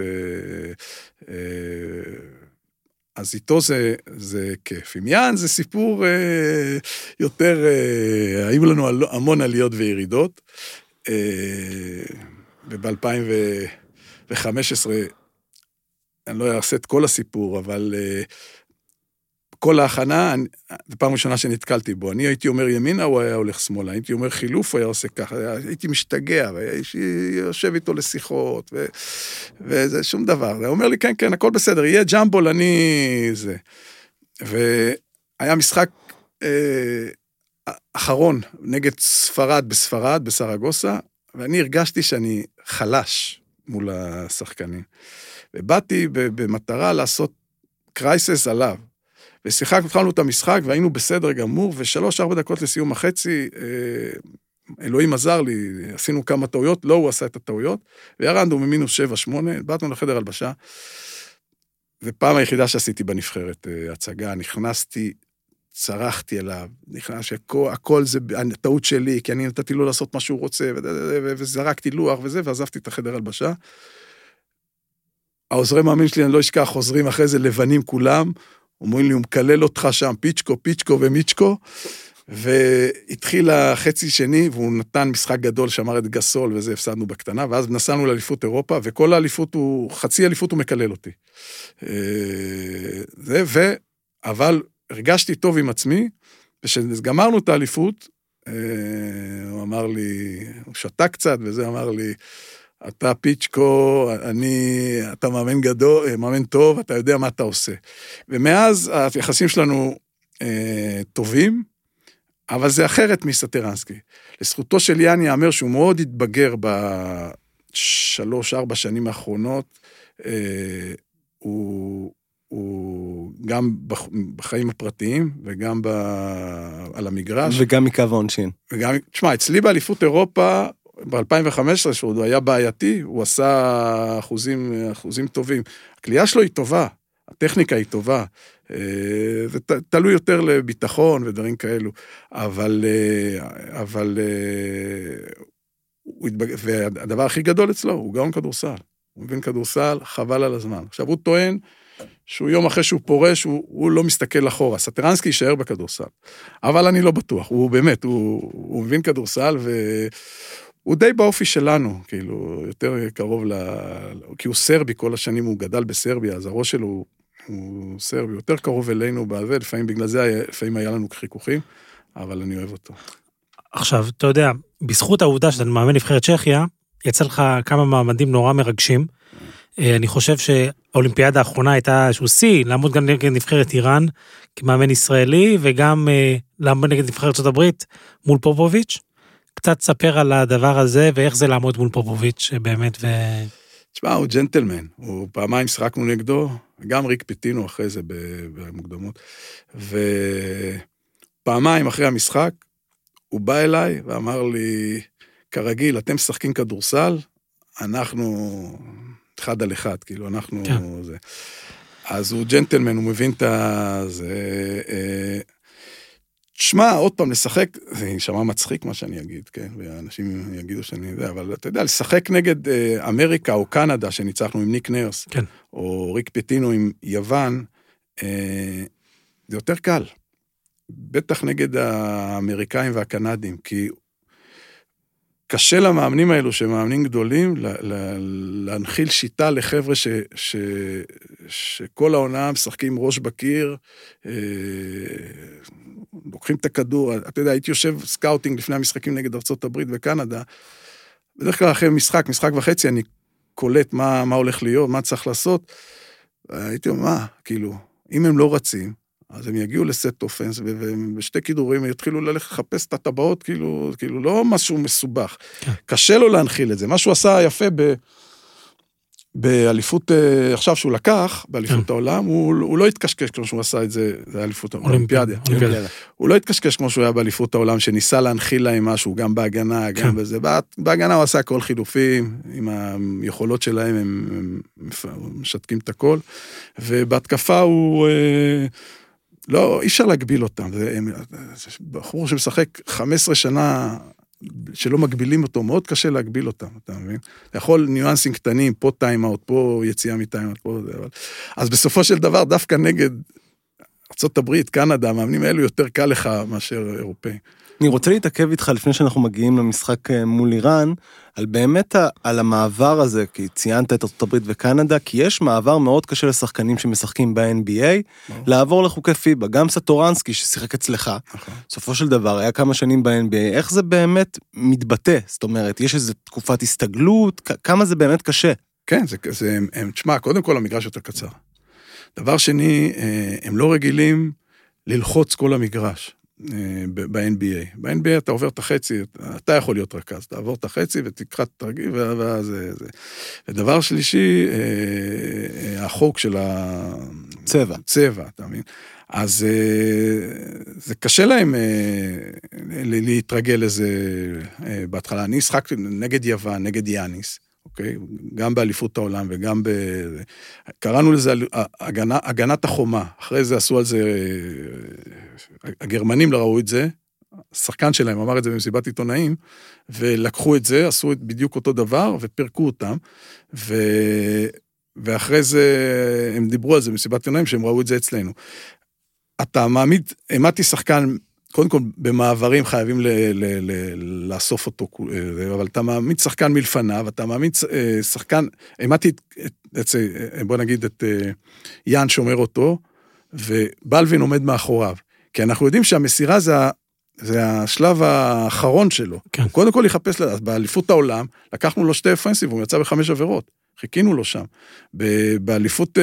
אז איתו זה כיף. עם יען זה סיפור יותר, היו לנו המון עליות וירידות, וב-2015, אני לא אעשה את כל הסיפור, אבל כל ההכנה, זו פעם ראשונה שנתקלתי בו, אני הייתי אומר ימינה, הוא היה הולך שמאלה, הייתי אומר חילוף, הוא היה עושה ככה, הייתי משתגע, והייתי יושב איתו לשיחות, וזה שום דבר, הוא אומר לי, כן, הכל בסדר, יהיה ג'מבול, אני זה. והיה משחק אחרון, נגד ספרד, בסרגוסה, ואני הרגשתי שאני חלש מול השחקנים, ובאתי במטרה לעשות קרייסס עליו, התחלנו את המשחק, והיינו בסדר גמור, ו3-4 דקות לסיום החצי, אלוהים עזר לי, עשינו כמה טעויות, לא הוא עשה את הטעויות, וירדנו ממינוס 7-8, באתנו לחדר הלבשה, ופעם היחידה שעשיתי בנבחרת הצגה, נכנסתי, צרחתי אליו, נכנס שהכל זה הטעות שלי, כי אני נתתי לו לעשות מה שהוא רוצה, וזרקתי לוח וזה, ועזבתי את החדר הלבשה. העוזרי מאמין שלי, אני לא אשכח, חוזרים אחרי זה לבנים כולם, אומרים לי, הוא מקלל אותך שם, פיצ'קו ומיצ'קו, והתחיל החצי שני, והוא נתן משחק גדול, שאמר את גסול, וזה הפסדנו בקטנה, ואז נסענו לאליפות אירופה, וכל האליפות חצי אליפות הוא מקלל אותי. אבל הרגשתי טוב עם עצמי, ושגמרנו את האליפות, הוא אמר לי, הוא שתה קצת, וזה אמר לי, אתה פיצ'קו, אתה מאמן גדול, מאמן טוב, אתה יודע מה אתה עושה. ומאז היחסים שלנו טובים, אבל זה אחרת מסטרנסקי. לזכותו של יאני יאמר שהוא מאוד התבגר ב3-4 שנים האחרונות, הוא גם בחיים הפרטיים, וגם על המגרש. וגם מקו העונשין. תשמע, אצלי באליפות אירופה, ב-2015, שהוא היה בעייתי, הוא עשה אחוזים טובים. הקליעה שלו היא טובה, הטכניקה היא טובה, זה תלוי יותר לביטחון ודברים כאלו, אבל והדבר הכי גדול אצלו, הוא גאון כדורסל. הוא מבין כדורסל, חבל על הזמן. עכשיו, הוא טוען שהוא יום אחרי שהוא פורש, הוא לא מסתכל אחורה. סטרנסקי יישאר בכדורסל. אבל אני לא בטוח. הוא באמת, הוא מבין כדורסל, והוא די באופי שלנו, כאילו, יותר קרוב כי הוא סרבי כל השנים, הוא גדל בסרביה, אז הראש שלו הוא סרבי, יותר קרוב אלינו בזה, לפעמים בגלל זה, לפעמים היה לנו חיכוכים, אבל אני אוהב אותו. עכשיו, אתה יודע, בזכות העובדה שאתה מאמן נבחרת צ'כיה, יצא לך כמה מעמדים נורא מרגשים. אני חושב שהאולימפיאדה האחרונה הייתה איזשהו שיא, לעמוד גם נגד נבחרת איראן, כמאמן ישראלי, וגם לעמוד נגד נבחרת ארצות הברית, מול פופוביץ'. קצת ספר על הדבר הזה, ואיך זה לעמוד מול פופוביץ', באמת. תשמע, הוא ג'נטלמן, הוא פעמיים שחקנו נגדו, גם ריק פיטינו אחרי זה במוקדמות, ופעמיים אחרי המשחק, הוא בא אליי ואמר לי, כרגיל, אתם משחקים כדורסל, אנחנו 1 על 1, כאילו, אנחנו זה. אז הוא ג'נטלמן, הוא מבין את זה. תשמע, עוד פעם, לשחק, זה נשמע מצחיק מה שאני אגיד, כן? ואנשים יגידו שאני יודע, אבל אתה יודע, לשחק נגד אמריקה או קנדה, שניצחנו עם ניק נרס, כן. או ריק פיטינו עם יוון, זה יותר קל. בטח נגד האמריקאים והקנדים, כי קשה למאמנים האלו, שמאמנים גדולים, להנחיל שיטה לחבר'ה שכל העונה משחקים ראש בקיר, לוקחים את הכדור, אתה יודע, הייתי יושב סקאוטינג לפני המשחקים נגד ארצות הברית וקנדה, בדרך כלל אחרי משחק וחצי, אני קולט מה הולך להיות, מה צריך לעשות, הייתי אומר, מה, כאילו, אם הם לא רצים, אז הם יגיעו לסט אופנס, ובשתי כידורים יתחילו ללכת לחפש את הטבעות, כאילו לא משהו מסובך. קשה לו להנחיל את זה. מה שהוא עשה יפה באליפות, עכשיו שהוא לקח, באליפות העולם, הוא לא התקשקש כמו שהוא עשה את זה, זה אליפות האולימפיאדה. הוא לא התקשקש כמו שהוא היה באליפות העולם, שניסה להנחיל להם משהו, גם בהגנה, גם בזה. בהגנה הוא עשה כל חילופים, עם היכולות שלהם, הם משתקים את הכל, ובהתקפה הוא לא, אי אפשר להגביל אותם, זה בחור שמשחק 15 שנה, שלא מגבילים אותו, מאוד קשה להגביל אותם, אתה מבין? אתה יכול ניואנסים קטנים, פה טיימאוט, פה יציאה מטיימאוט, פה זה, אבל... אז בסופו של דבר, דווקא נגד ארצות הברית, קנדה, המאמנים האלו יותר קל לך מאשר אירופאי. אני רוצה להתעכב איתך לפני שאנחנו מגיעים למשחק מול איראן, על באמת על המעבר הזה, כי ציינת את ארצות הברית וקנדה, כי יש מעבר מאוד קשה לשחקנים שמשחקים ב-NBA, לעבור לחוקי פיבה, גם סטורנסקי ששיחק אצלך, בסופו של דבר היה כמה שנים ב-NBA, איך זה באמת מתבטא? זאת אומרת, יש איזו תקופת הסתגלות, כמה זה באמת קשה? כן, תשמע, קודם כל המגרש יותר קצר. דבר שני, הם לא רגילים ללחוץ כל המגרש. ב-NBA. ב-NBA אתה עובר את החצי, אתה יכול להיות רכז, תעבור את החצי ותקרא את תרגיל, וזה. ודבר שלישי, החוק של הצבע, אתה מבין? אז זה קשה להם להתרגל לזה בהתחלה. אני שחקתי נגד יוון, נגד יאניס, אוקיי? גם באליפות העולם וגם קראנו לזה הגנת החומה. אחרי זה עשו על זה, הגרמנים לא ראו את זה, השחקן שלהם אמר את זה במסיבת עיתונאים, ולקחו את זה, עשו בדיוק אותו דבר, ופרקו אותם, ואחרי זה הם דיברו על זה במסיבת עיתונאים, שהם ראו את זה אצלנו. אתה מעמיד, העמדתי שחקן, קודם כל, במעברים חייבים לאסוף אותו, אבל אתה מעמיד שחקן מלפניו, אתה מעמיד שחקן, העמדתי, בוא נגיד, את יאן שומר אותו, ובלווין עומד מאחוריו. כי אנחנו יודעים שהמסירה זה השלב האחרון שלו. כן. הוא קודם כל יחפש, באליפות העולם, לקחנו לו 2 אופנסיב, הוא יצא ב5 עבירות. חיכינו לו שם. באליפות,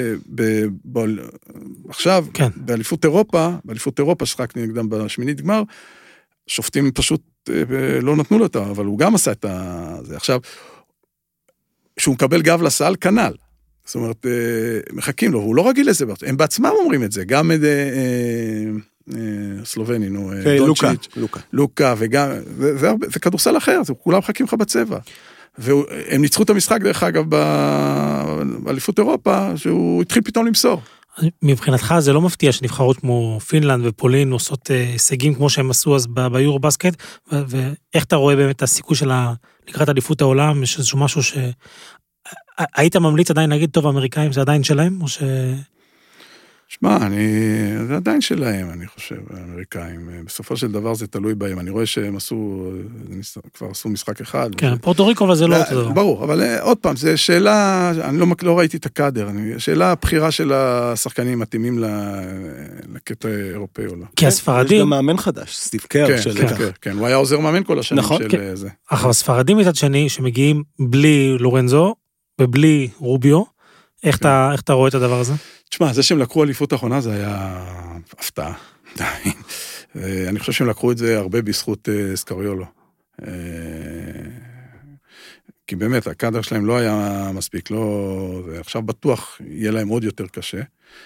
עכשיו, כן. באליפות אירופה, שחקתי נגדם בשמינית גמר, שופטים פשוט לא נתנו לו אותה, אבל הוא גם עשה את זה. עכשיו, כשהוא מקבל גב לסל, כנל. זאת אומרת, מחכים לו, הוא לא רגיל לזה, הם בעצמם אומרים את זה, גם סלובני, לוקה, וגם, זה כדורסל אחר, כולם מחכים לך בצבע. והם ניצחו את המשחק, דרך אגב, באליפות אירופה, שהוא התחיל פתאום למסור. מבחינתך זה לא מפתיע שנבחרות כמו פינלנד ופולין עושות הישגים כמו שהם עשו אז ביורו בסקט, ואיך אתה רואה באמת הסיכוי של לקראת אליפות העולם, יש איזשהו משהו היית ממליץ עדיין להגיד, טוב, האמריקאים זה עדיין שלהם, או ש... שמע, זה עדיין שלהם, אני חושב, האמריקאים. בסופו של דבר זה תלוי בהם. אני רואה שהם כבר עשו משחק אחד. כן, פורטוריקו, אבל זה לא אותו דבר. ברור, אבל עוד פעם, זו שאלה, אני לא ראיתי את הקאדר, שאלה הבחירה של השחקנים מתאימים לקטע אירופאי או לא. כי הספרדים... יש גם מאמן חדש, סטיב קר. כן, הוא היה עוזר מאמן כל השנים של זה. אך הספרדים מצד שני, שמגיעים בלי לורנזו, ובלי רוביו, איך אתה רואה את הדבר הזה? תשמע, זה שהם לקחו אליפות האחרונה, זה היה הפתעה. אני חושב שהם לקחו את זה הרבה בזכות סקריולו. כי באמת, הקאדר שלהם לא היה מספיק, עכשיו בטוח יהיה להם עוד יותר קשה.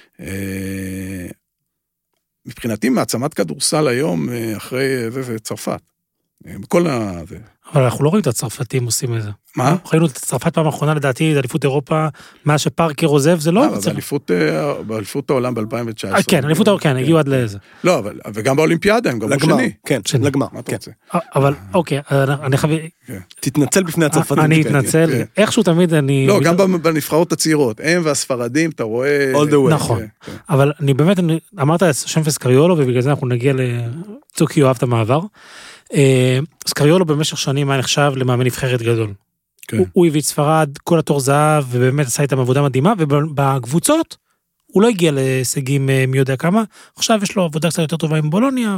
מבחינתי, מעצמת כדורסל היום, אחרי זה צרפת. בכל זה. אבל אנחנו לא רואים את הצרפתים עושים את זה. מה? ראינו את הצרפת פעם האחרונה, לדעתי, אליפות אירופה, מה שפארקר עוזב, זה לא... באליפות העולם ב-2019. כן, אליפות העולם, כן, הגיעו עד לאיזה. לא, וגם באולימפיאדה, הם גם שני. כן, לגמר. מה אתה רוצה? אבל, אוקיי, אני חייב... תתנצל בפני הצרפתים. אני אתנצל, איכשהו תמיד אני... לא, גם בנבחרות הצעירות, הם והספרדים, אתה רואה... all the way. נכון, אבל אני באמת, אמרת שם וסקריולו, ובגלל זה אנחנו נגיע לצוקי אוהב את המעבר. סקריולו במשך שנים היה נחשב למאמן נבחרת גדול. הוא הביא את ספרד, כל התור זהב, ובאמת עשה איתם עבודה מדהימה, ובקבוצות הוא לא הגיע להישגים מי יודע כמה, עכשיו יש לו עבודה קצת יותר טובה עם בולוניה,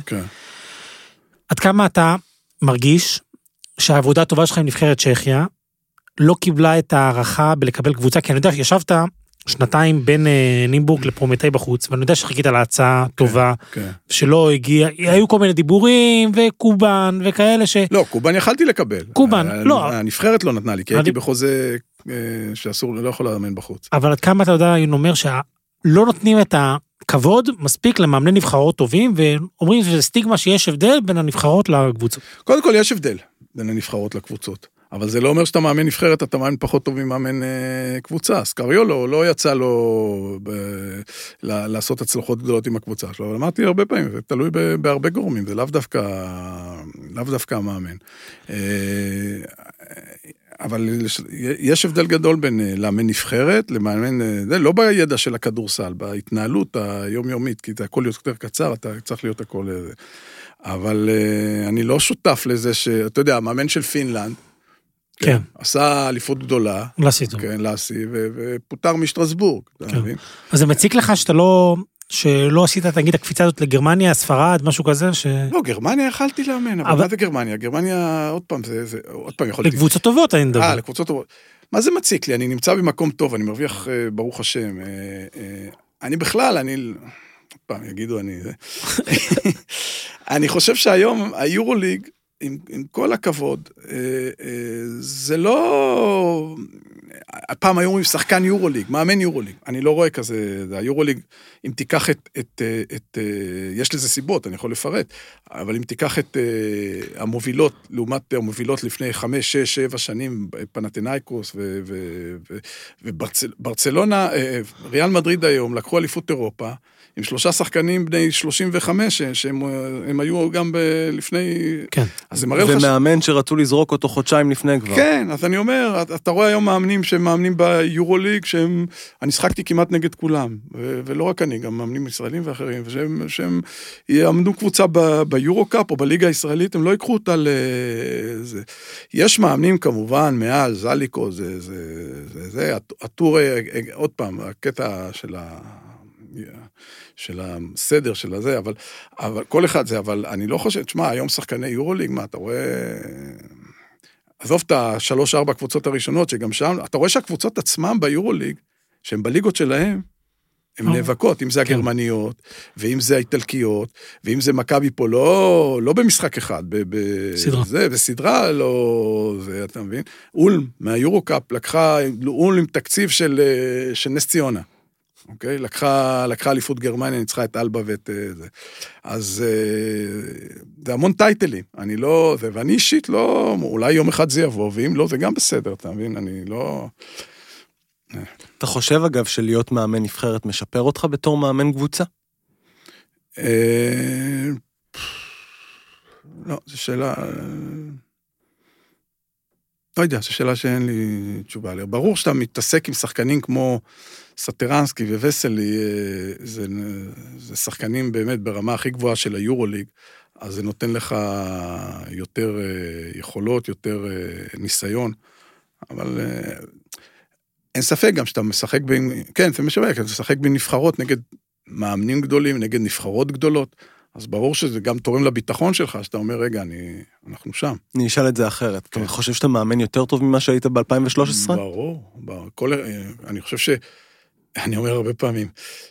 עד כמה אתה מרגיש שהעבודה הטובה שלך עם נבחרת צ'כיה, לא קיבלה את הערכה בלקבל קבוצה, כי אני יודע שישבת שנתיים בין נימבורג לפרומטאי בחוץ, ואני יודע שחיכית על ההצעה טובה, שלא הגיע, היו כל מיני דיבורים, וקובן, וכאלה ש... לא, קובן יכלתי לקבל. קובן, לא. הנבחרת לא נתנה לי, כי הייתי בחוזה שאסור, לא יכול לאמן בחוץ. אבל עד כמה אתה יודע, אני אומר שלא נותנים את הכבוד, מספיק למאמני נבחרות טובים, ואומרים שזה סטיגמה שיש הבדל בין הנבחרות לקבוצות. קודם כל יש הבדל בין הנבחרות לקבוצות. אבל זה לא אומר שאתה מאמן נבחרת, אתה מאמן פחות טוב ממאמן קבוצה. סקריולו לא יצא לו לעשות הצלחות גדולות עם הקבוצה שלו, אבל אמרתי הרבה פעמים, זה תלוי בהרבה גורמים, זה לאו דווקא המאמן. אבל יש הבדל גדול בין לאמן נבחרת, למאמן, זה לא בידע של הכדורסל, בהתנהלות היומיומית, כי זה הכל יותר קצר, אתה צריך להיות הכל... אבל אני לא שותף לזה שאתה יודע, המאמן של פינלנד, כן. עשה אליפות גדולה. לסיטו. כן, לסי, ופוטר משטרסבורג. אז זה מציק לך שלא עשית, תגיד, הקפיצה הזאת לגרמניה, ספרד, משהו כזה? לא, גרמניה יכלתי לאמן, אבל מה זה גרמניה? גרמניה, עוד פעם, יכולתי... לקבוצות טובות, אני מדבר. לקבוצות טובות. מה זה מציק לי? אני נמצא במקום טוב, אני מרוויח, ברוך השם. אני בכלל, עוד פעם, יגידו, אני חושב שהיום, היורוליג, עם כל הכבוד, זה לא... הפעם היום עם שחקן יורוליג, מאמן יורוליג, אני לא רואה כזה, היורוליג, אם תיקח יש לזה סיבות, אני יכול לפרט, אבל אם תיקח את המובילות, לעומת המובילות לפני 5, 6, 7 שנים, פנתנייקוס וברצלונה, ריאל מדריד היום, לקחו אליפות אירופה, עם 3 שחקנים בני 35, שהם היו גם לפני... כן. אז זה מראה לך... ומאמן שרצו לזרוק אותו חודשיים לפני כבר. כן, אז אני אומר, אתה רואה היום מאמנים שמאמנים ביורוליג, אני שחקתי כמעט נגד כולם, ולא רק אני, גם מאמנים ישראלים ואחרים, שהם יעמדו קבוצה ביורוקאפ או בליגה הישראלית, הם לא ייקחו אותה לזה. יש מאמנים כמובן, מעל, זליקו, זה, הטור, עוד פעם, הקטע של הסדר, של הזה, אבל כל אחד זה, אבל אני לא חושב, תשמע, היום שחקני יורוליג, מה, אתה רואה, עזוב את 3-4 קבוצות הראשונות, שגם שם, אתה רואה שהקבוצות עצמם ביורוליג, שהן בליגות שלהם, הן נאבקות, אם זה הגרמניות, ואם זה האיטלקיות, ואם זה מכבי פה, לא במשחק אחד, בסדרה, לא, זה, אתה מבין? אולם, מהיורוקאפ, לקחה אולם עם תקציב של נס ציונה, אוקיי? לקחה אליפות גרמניה, ניצחה את אלבה ואת זה. אז זה המון טייטלים, אני לא, ואני אישית לא, אולי יום אחד זה יבוא, ואם לא, זה גם בסדר, אתה מבין? אני לא... אתה חושב, אגב, שלהיות מאמן נבחרת משפר אותך בתור מאמן קבוצה? לא, זו שאלה... לא יודע, זו שאלה שאין לי תשובה עליה. ברור שאתה מתעסק עם שחקנים כמו סטרנסקי וווסלי, זה שחקנים באמת ברמה הכי גבוהה של היורוליג, אז זה נותן לך יותר יכולות, יותר ניסיון, אבל... אין ספק גם שאתה משחק כן, זה משווה, אתה משחק בנבחרות נגד מאמנים גדולים, נגד נבחרות גדולות, אז ברור שזה גם תורם לביטחון שלך, שאתה אומר, רגע, אנחנו שם. אני אשאל את זה אחרת. אתה חושב שאתה מאמן יותר טוב ממה שהיית ב-2013? ברור. אני חושב אני אומר הרבה פעמים,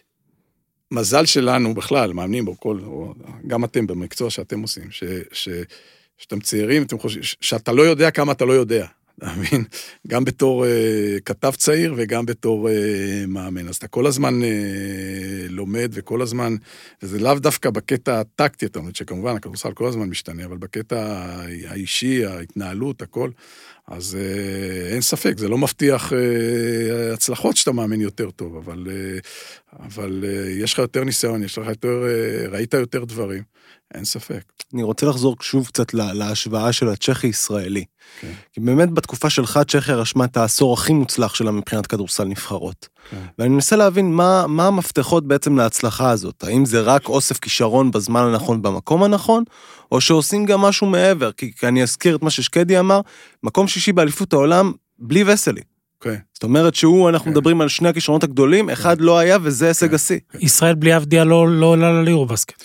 מזל שלנו בכלל, מאמנים גם אתם במקצוע שאתם עושים, שאתם צעירים, אתם חושבים, שאתה לא יודע כמה אתה לא יודע. מבין? גם בתור כתב צעיר וגם בתור מאמן. אז אתה כל הזמן לומד וכל הזמן, וזה לאו דווקא בקטע הטקטי, אתה אומרת שכמובן הכדורסל כל הזמן משתנה, אבל בקטע האישי, ההתנהלות, הכל, אז אין ספק, זה לא מבטיח הצלחות שאתה מאמן יותר טוב, אבל יש לך יותר ניסיון, יש לך יותר, ראית יותר דברים, אין ספק. אני רוצה לחזור שוב קצת להשוואה של הצ'כי-ישראלי. Okay. כי באמת בתקופה שלך צ'כיה רשמה את העשור הכי מוצלח שלה מבחינת כדורסל נבחרות. Okay. ואני מנסה להבין מה המפתחות בעצם להצלחה הזאת. האם זה רק אוסף כישרון בזמן הנכון במקום הנכון, או שעושים גם משהו מעבר? כי אני אזכיר את מה ששקדי אמר, מקום שישי באליפות העולם בלי וסלי. Okay. זאת אומרת אנחנו מדברים על שני הכישרונות הגדולים, אחד לא היה וזה הישג השיא. ישראל בלי אבדיה לא עולה ליורובסקט.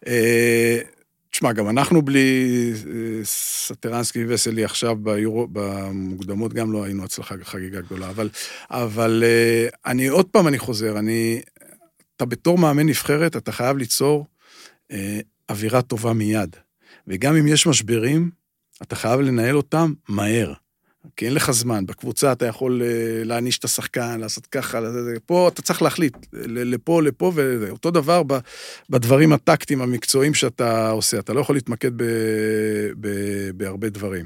תשמע, גם אנחנו בלי סטרנסקי וסלי עכשיו במוקדמות גם לא היינו הצלחה חגיגה גדולה, אבל אני עוד פעם אני חוזר, אתה בתור מאמן נבחרת, אתה חייב ליצור אווירה טובה מיד, וגם אם יש משברים, אתה חייב לנהל אותם מהר. כי אין לך זמן, בקבוצה אתה יכול להניש את השחקן, לעשות ככה, פה אתה צריך להחליט, לפה, ואותו דבר בדברים הטקטיים, המקצועיים שאתה עושה, אתה לא יכול להתמקד בהרבה דברים.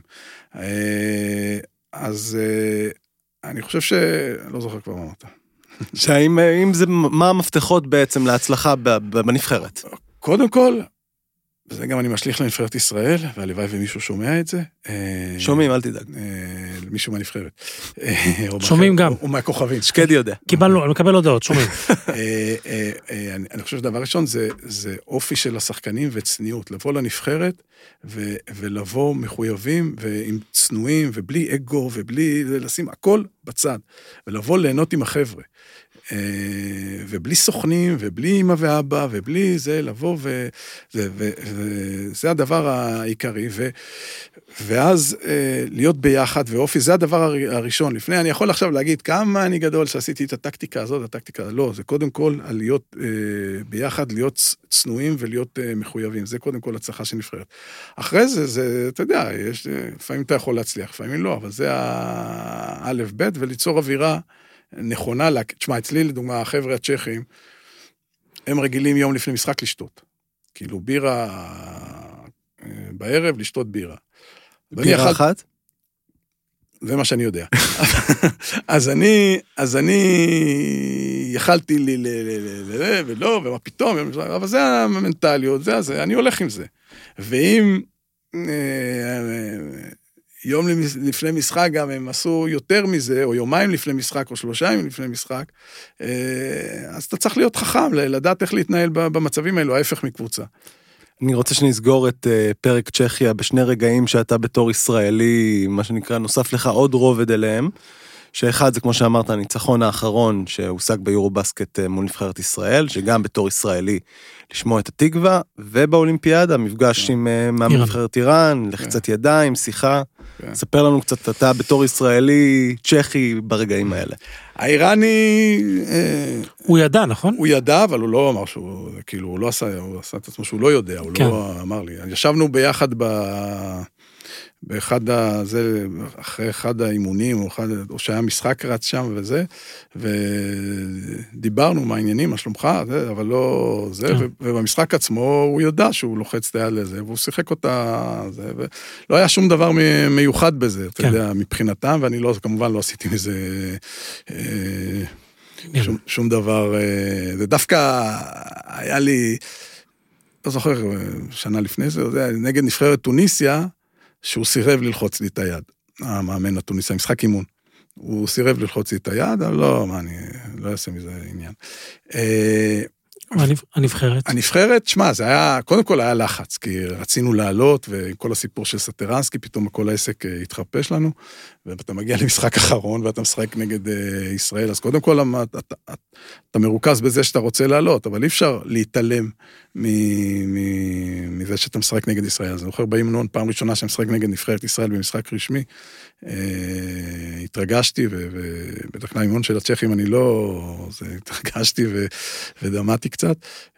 אז אני חושב לא זוכר כבר מה אמרת. שהאם זה, מה המפתחות בעצם להצלחה בנבחרת? קודם כל, וזה גם אני משליך לנבחרת ישראל, והלוואי ומישהו שומע את זה. שומעים, אל תדאג. מישהו מהנבחרת. שומעים גם. או מהכוכבים. שקדי יודע. קיבלנו, אני מקבל הודעות, שומעים. אני חושב שדבר ראשון זה אופי של השחקנים וצניעות. לבוא לנבחרת ולבוא מחויבים ועם צנועים ובלי אגו ובלי לשים הכל בצד. ולבוא ליהנות עם החבר'ה. ובלי סוכנים, ובלי אמא ואבא, ובלי זה, לבוא, וזה הדבר העיקרי, ואז להיות ביחד, ואופי, זה הדבר הראשון. לפני, אני יכול עכשיו להגיד כמה אני גדול שעשיתי את הטקטיקה הזאת, הטקטיקה, לא, זה קודם כל על להיות ביחד, להיות צנועים ולהיות מחויבים, זה קודם כל הצלחה שנבחרת. אחרי זה, אתה יודע, לפעמים אתה יכול להצליח, לפעמים לא, אבל זה האלף בית, וליצור אווירה, נכונה, תשמע, אצלי לדוגמה, החבר'ה הצ'כים, הם רגילים יום לפני משחק לשתות. כאילו בירה בערב, לשתות בירה. בירה אחת? זה מה שאני יודע. אז אני יכלתי ולא, ומה פתאום, אבל זה המנטליות, זה, אני הולך עם זה. ואם יום לפני משחק גם הם עשו יותר מזה, או יומיים לפני משחק, או 3 ימים לפני משחק, אז אתה צריך להיות חכם, לדעת איך להתנהל במצבים האלו, ההפך מקבוצה. אני רוצה שנסגור את פרק צ'כיה בשני רגעים שאתה בתור ישראלי, מה שנקרא, נוסף לך עוד רובד אליהם, שאחד זה כמו שאמרת, הניצחון האחרון שהושג ביורובסקט מול נבחרת ישראל, שגם בתור ישראלי לשמוע את התקווה, ובאולימפיאדה, מפגש עם נבחרת איראן, לחצת ידיים, שיחה. ספר לנו קצת, אתה בתור ישראלי צ'כי ברגעים האלה. האיראני... הוא ידע, נכון? הוא ידע, אבל הוא לא אמר שהוא, כאילו, הוא עשה את עצמו שהוא לא יודע, הוא לא אמר לי. ישבנו ביחד אחרי אחד האימונים, או שהיה משחק רץ שם וזה, ודיברנו מה העניינים, מה שלומך, אבל לא זה, ובמשחק עצמו הוא ידע שהוא לוחץ את היד לזה, והוא שיחק אותה, ולא היה שום דבר מיוחד בזה, אתה יודע, מבחינתם, ואני לא, כמובן לא עשיתי מזה שום דבר, זה דווקא היה לי, לא זוכר, שנה לפני זה, נגד נבחרת טוניסיה, שהוא סירב ללחוץ לי את היד, המאמן התוניסאי, משחק אימון. הוא סירב ללחוץ לי את היד, אבל לא, אני לא אעשה מזה עניין. הנבחרת? הנבחרת, שמה, זה היה, קודם כל היה לחץ, כי רצינו לעלות, וכל הסיפור של סטרנסקי, פתאום כל העסק התחרפש לנו, ואתה מגיע למשחק אחרון, ואתה משחק נגד ישראל, אז קודם כל אתה מרוכז בזה שאתה רוצה לעלות, אבל אי אפשר להתעלם מזה שאתה משחק נגד ישראל. אז אני זוכר בהמנון, פעם ראשונה שאני משחק נגד נבחרת ישראל במשחק רשמי, התרגשתי, ובטח להמנון של הצ'כים אני לא, התרגשתי ודמעתי קצת,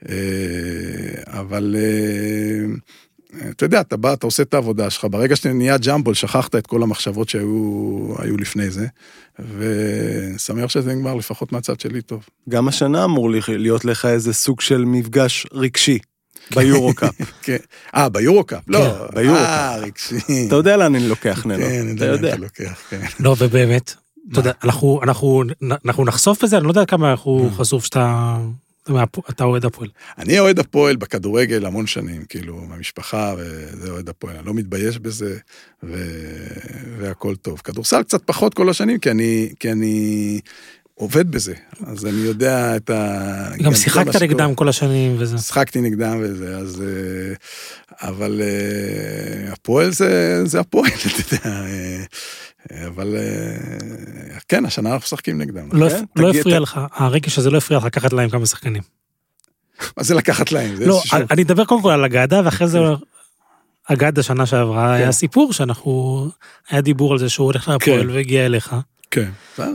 אבל אתה יודע, אתה בא, אתה עושה את העבודה שלך, ברגע שאתה נהיה ג'מבול, שכחת את כל המחשבות שהיו לפני זה, ושמח שזה נגמר לפחות מהצד שלי טוב. גם השנה אמור להיות לך איזה סוג של מפגש רגשי. ביורוקאפ. ביורוקאפ, לא, רגשי. אתה יודע לאן אני לוקח, ננו. כן, אני יודע לאן אני לוקח, כן. לא, ובאמת, אתה יודע, אנחנו נחשוף בזה, אני לא יודע כמה אנחנו חשוף שאתה אוהד הפועל. אני אוהד הפועל בכדורגל המון שנים, כאילו, מהמשפחה, וזה אוהד הפועל, אני לא מתבייש בזה, והכל טוב. כדורסל קצת פחות כל השנים, כי אני עובד בזה, אז אני יודע את ה... גם שיחקת נגדם כל השנים וזה. שיחקתי נגדם וזה, אז... אבל הפועל זה הפועל, אתה יודע... אבל כן, השנה אנחנו משחקים נגדם. לא הפריע לך, הרגש הזה לא הפריע לך לקחת להם כמה שחקנים. מה זה לקחת להם? לא, אני אדבר קודם כל על הגדה, ואחרי זה הגדה שנה שעברה, היה סיפור שאנחנו, היה דיבור על זה שהוא הולך להפועל והגיע אליך. כן,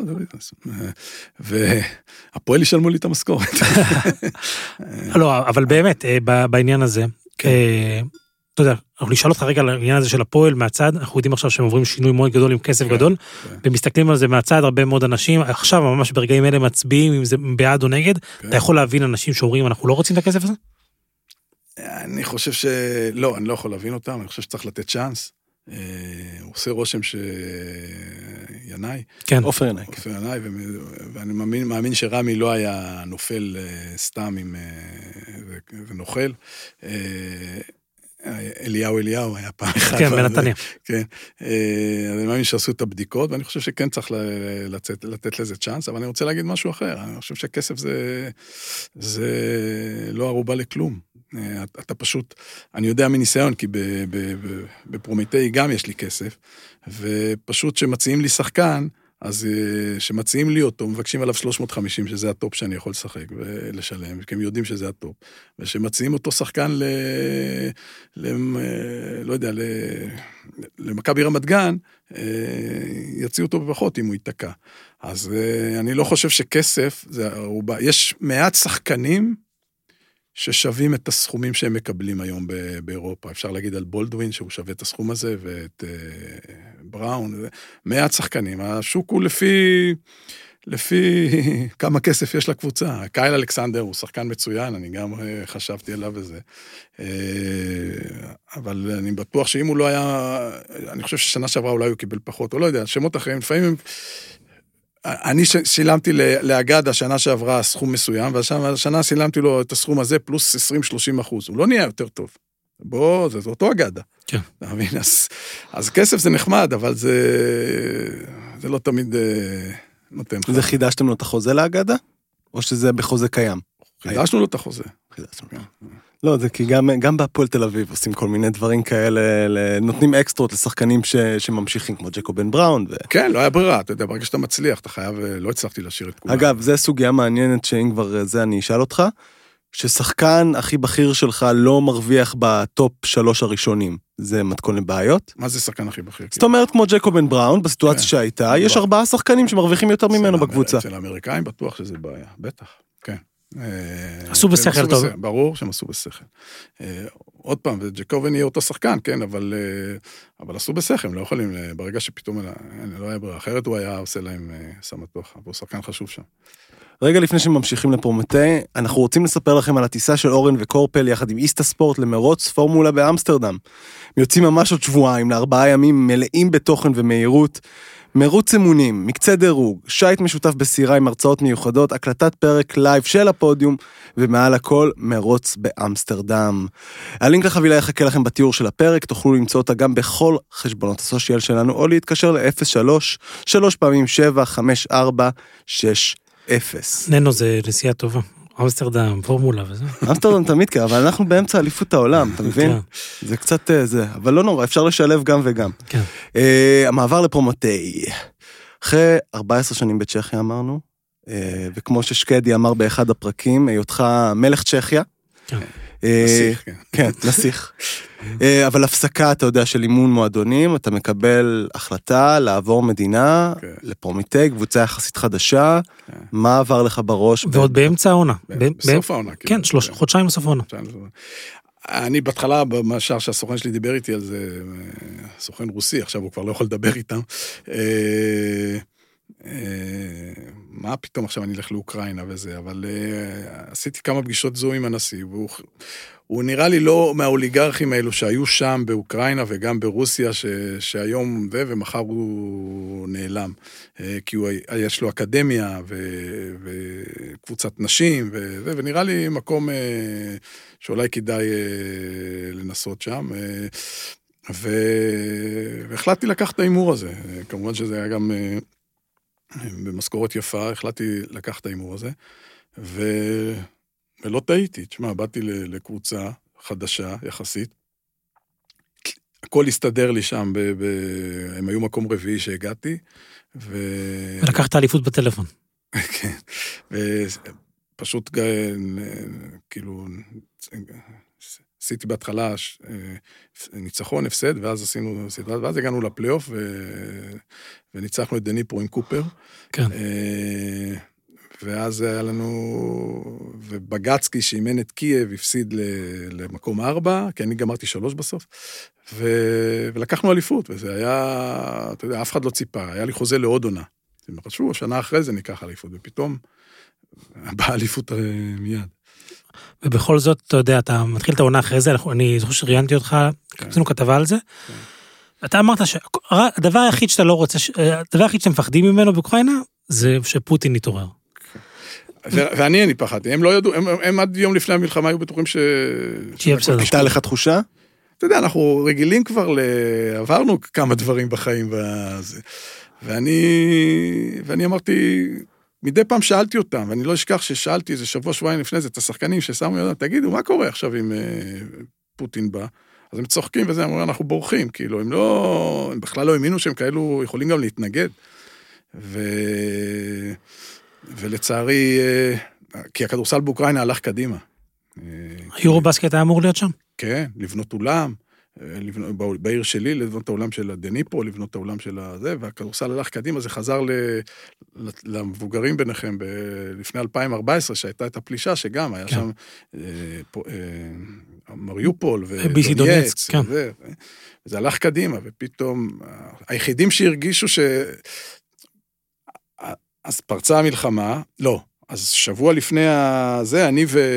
והפועל ישלמו לי את המשכורת. לא, אבל באמת, בעניין הזה, אתה יודע, אנחנו נשאל אותך רגע על העניין הזה של הפועל מהצד, אנחנו יודעים עכשיו שהם עוברים שינוי מאוד גדול עם כסף גדול, ומסתכלים על זה מהצד, הרבה מאוד אנשים, עכשיו ממש ברגעים אלה מצביעים, אם זה בעד או נגד, אתה יכול להבין אנשים שאומרים, אנחנו לא רוצים את הכסף הזה? אני חושב שלא, אני לא יכול להבין אותם, אני חושב שצריך לתת צ'אנס, הוא עושה רושם ינאי, כן, עופר ינאי, ואני מאמין שרמי לא היה נופל סתם ונוכל, אליהו היה פעם אחת. כן, בנתניה. כן, אני מאמין שעשו את הבדיקות, ואני חושב שכן צריך לתת לזה צ'אנס, אבל אני רוצה להגיד משהו אחר, אני חושב שכסף זה לא ערובה לכלום. אתה פשוט, אני יודע מניסיון, כי בפרומיטאי גם יש לי כסף, ופשוט שמציעים לי שחקן, אז שמציעים לי אותו, מבקשים עליו 350, שזה הטופ שאני יכול לשחק ולשלם, כי הם יודעים שזה הטופ. ושמציעים אותו שחקן לא יודע, למכבי רמת גן, יציעו אותו בפחות אם הוא ייתקע. אז אני לא חושב שכסף, יש מעט שחקנים ששווים את הסכומים שהם מקבלים היום באירופה. אפשר להגיד על בולדווין שהוא שווה את הסכום הזה, ואת בראון, מעט שחקנים. השוק הוא לפי כמה כסף יש לקבוצה. קייל אלכסנדר הוא שחקן מצוין, אני גם חשבתי עליו וזה. אבל אני בטוח שאם הוא לא היה, אני חושב ששנה שעברה אולי הוא קיבל פחות, או לא יודע, שמות אחרים, לפעמים אני שילמתי לאגד השנה שעברה סכום מסוים, והשנה שילמתי לו את הסכום הזה פלוס 20-30%. הוא לא נהיה יותר טוב. זה אותו אגדה. כן. אז כסף זה נחמד, אבל זה לא תמיד נותן. זה חידשתם לו את החוזה לאגדה? או שזה בחוזה קיים? חידשנו לו את החוזה. לא, זה כי גם בהפועל תל אביב עושים כל מיני דברים כאלה, נותנים אקסטרות לשחקנים שממשיכים, כמו ג'קובן בראון. כן, לא היה ברירה, אתה יודע, ברגע שאתה מצליח, אתה חייב, לא הצלחתי להשאיר את כולם. אגב, זו סוגיה מעניינת שאם כבר זה אני אשאל אותך, ששחקן הכי בכיר שלך לא מרוויח בטופ 3 הראשונים, זה מתכון לבעיות? מה זה שחקן הכי בכיר? זאת אומרת, כמו ג'קובן בראון, בסיטואציה שהייתה, יש 4 שחקנים שמרוויחים יותר ממנו בקבוצה. אצל האמריקאים בטוח שזה בעיה, בטח, כן. עשו בשכל טוב. ברור שהם עשו בשכל. עוד פעם, וג'קובן יהיה אותו שחקן, כן, אבל עשו בשכל, הם לא יכולים, ברגע שפתאום לא היה ברירה, אחרת הוא היה עושה להם סמטוחה, והוא שחקן חשוב שם. רגע לפני שממשיכים לפרומטי, אנחנו רוצים לספר לכם על הטיסה של אורן וקורפל יחד עם איסטה ספורט למרוץ פורמולה באמסטרדם. הם יוצאים ממש עוד שבועיים ל4 ימים מלאים בתוכן ומהירות, מרוץ אמונים, מקצה דירוג, שייט משותף בסירה עם הרצאות מיוחדות, הקלטת פרק לייב של הפודיום, ומעל הכל מרוץ באמסטרדם. הלינק לחבילה יחכה לכם בתיאור של הפרק, תוכלו למצוא אותה גם בכל חשבונות הסושיאל שלנו, או להתקשר ל-03-3x75460. ננו זה נסיעה טובה. אמסטרדם, פורמולה וזה. אמסטרדם תמיד קרה, אבל אנחנו באמצע אליפות העולם, אתה מבין? זה קצת זה, אבל לא נורא, אפשר לשלב גם וגם. המעבר לפרומטי. אחרי 14 שנים בצ'כיה אמרנו, וכמו ששקדי אמר באחד הפרקים, היותך מלך צ'כיה. נסיך, כן, נסיך. אבל הפסקה, אתה יודע, של אימון מועדונים, אתה מקבל החלטה לעבור מדינה לפרומטי, קבוצה יחסית חדשה, מה עבר לך בראש? ועוד באמצע העונה. בסוף העונה. כן, 3 חודשיים בסוף העונה. אני בהתחלה, במשל שהסוכן שלי דיבר איתי על זה, סוכן רוסי, עכשיו הוא כבר לא יכול לדבר איתם, מה פתאום עכשיו אני אלך לאוקראינה וזה, אבל עשיתי כמה פגישות זו עם הנשיא, הוא נראה לי לא מהאוליגרכים האלו שהיו שם באוקראינה וגם ברוסיה, שהיום ומחר הוא נעלם, כי יש לו אקדמיה וקבוצת נשים, ונראה לי מקום שאולי כדאי לנסות שם, והחלטתי לקחת את האימור הזה, כמובן שזה היה גם במשכורת יפה, החלטתי לקחת את האימור הזה, ולא טעיתי, תשמע, באתי לקבוצה חדשה יחסית, הכל הסתדר לי שם, הם היו מקום רביעי שהגעתי, ולקחת אליפות בטלפון. כן, ופשוט כאילו, עשיתי בהתחלה ניצחון, הפסד, ואז עשינו סדרה, ואז הגענו לפלייאוף, וניצחנו את דניפרו עם קופר. כן. ואז היה לנו, ובגצקי שאימן את קייב, הפסיד למקום 4, כי אני גמרתי 3 בסוף, ולקחנו אליפות, וזה היה, אתה יודע, אף אחד לא ציפה, היה לי חוזה לעוד עונה. זה חשוב, שנה אחרי זה ניקח אליפות, ופתאום באה אליפות מיד. ובכל זאת, אתה יודע, אתה מתחיל את העונה אחרי זה, אני זוכר שראיינתי אותך, עשינו כתבה על זה, אתה אמרת שהדבר היחיד שאתה לא רוצה, הדבר היחיד שאתם מפחדים ממנו באוקראינה, זה שפוטין יתעורר. ואני פחדתי, הם לא ידעו, הם עד יום לפני המלחמה היו בטוחים הייתה לך תחושה? אתה יודע, אנחנו רגילים כבר, עברנו כמה דברים בחיים, ואני אמרתי, מדי פעם שאלתי אותם, ואני לא אשכח ששאלתי איזה שבוע-שבועיים לפני זה, את השחקנים ששמו יודעים, תגידו, מה קורה עכשיו אם פוטין בא? אז הם צוחקים וזה, אמרו, אנחנו בורחים, כאילו, הם בכלל לא האמינו שהם כאלו יכולים גם להתנגד. ולצערי, כי הכדורסל באוקראינה הלך קדימה. היורובסקט היה אמור להיות שם? כן, לבנות אולם, בעיר שלי, לבנות את האולם של הדניפו, לבנות את האולם של הזה, והכדורסל הלך קדימה, זה חזר למבוגרים ביניכם, לפני 2014, שהייתה את הפלישה, שגם היה שם מריופול ודונייצק, וזה הלך קדימה, ופתאום, היחידים שהרגישו אז פרצה המלחמה, לא, אז שבוע לפני זה,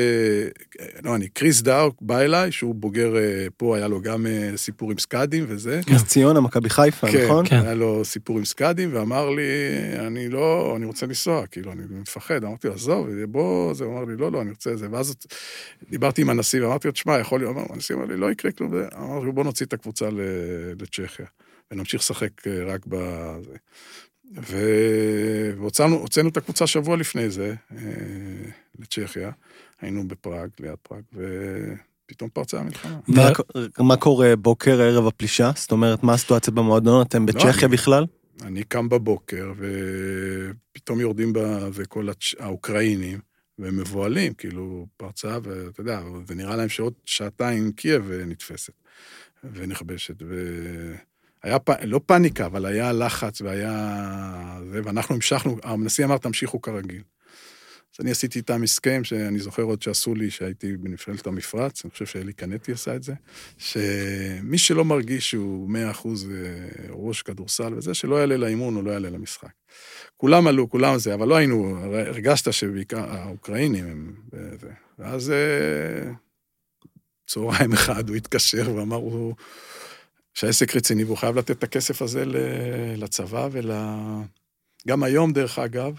קריס דארק בא אליי, שהוא בוגר פה, היה לו גם סיפור עם סקאדים וזה. נס ציונה, מכבי חיפה, נכון? כן, היה לו סיפור עם סקאדים, ואמר לי, אני רוצה לנסוע, כאילו, אני מפחד, אמרתי לו, עזוב, בוא, זה, הוא אמר לי, לא, אני רוצה זה, ואז דיברתי עם הנשיא, ואמרתי לו, תשמע, יכול להיות, הנשיא אמר לי, לא יקרה כלום, אמרתי, בוא נוציא את הקבוצה לצ'כיה, ונמשיך לשחק רק בזה. והוצאנו את הקבוצה שבוע לפני זה, לצ'כיה, היינו בפראג, ליד פראג, ופתאום פרצה המלחמה. מה קורה בוקר, ערב הפלישה? זאת אומרת, מה הסיטואציה במועדון? אתם בצ'כיה בכלל? אני קם בבוקר, ופתאום יורדים וכל האוקראינים, והם מבועלים, כאילו פרצה, ואתה יודע, זה נראה להם שעוד שעתיים קייב נתפסת, ונכבשת, והיה לא פאניקה, אבל היה לחץ, ואנחנו המשכנו, הנשיא אמר, תמשיכו כרגיל. אז אני עשיתי איתם הסכם, שאני זוכר עוד שעשו לי, שהייתי בנפלת המפרץ, אני חושב שאלי קנטי עשה את זה, שמי שלא מרגיש שהוא 100% ראש כדורסל וזה, שלא יעלה לאימון או לא יעלה למשחק. כולם עלו, כולם זה, אבל לא היינו, הרגשת שבעיקר האוקראינים הם זה. ואז צהריים אחד הוא התקשר ואמר שהעסק רציני, והוא חייב לתת את הכסף הזה לצבא גם היום דרך אגב,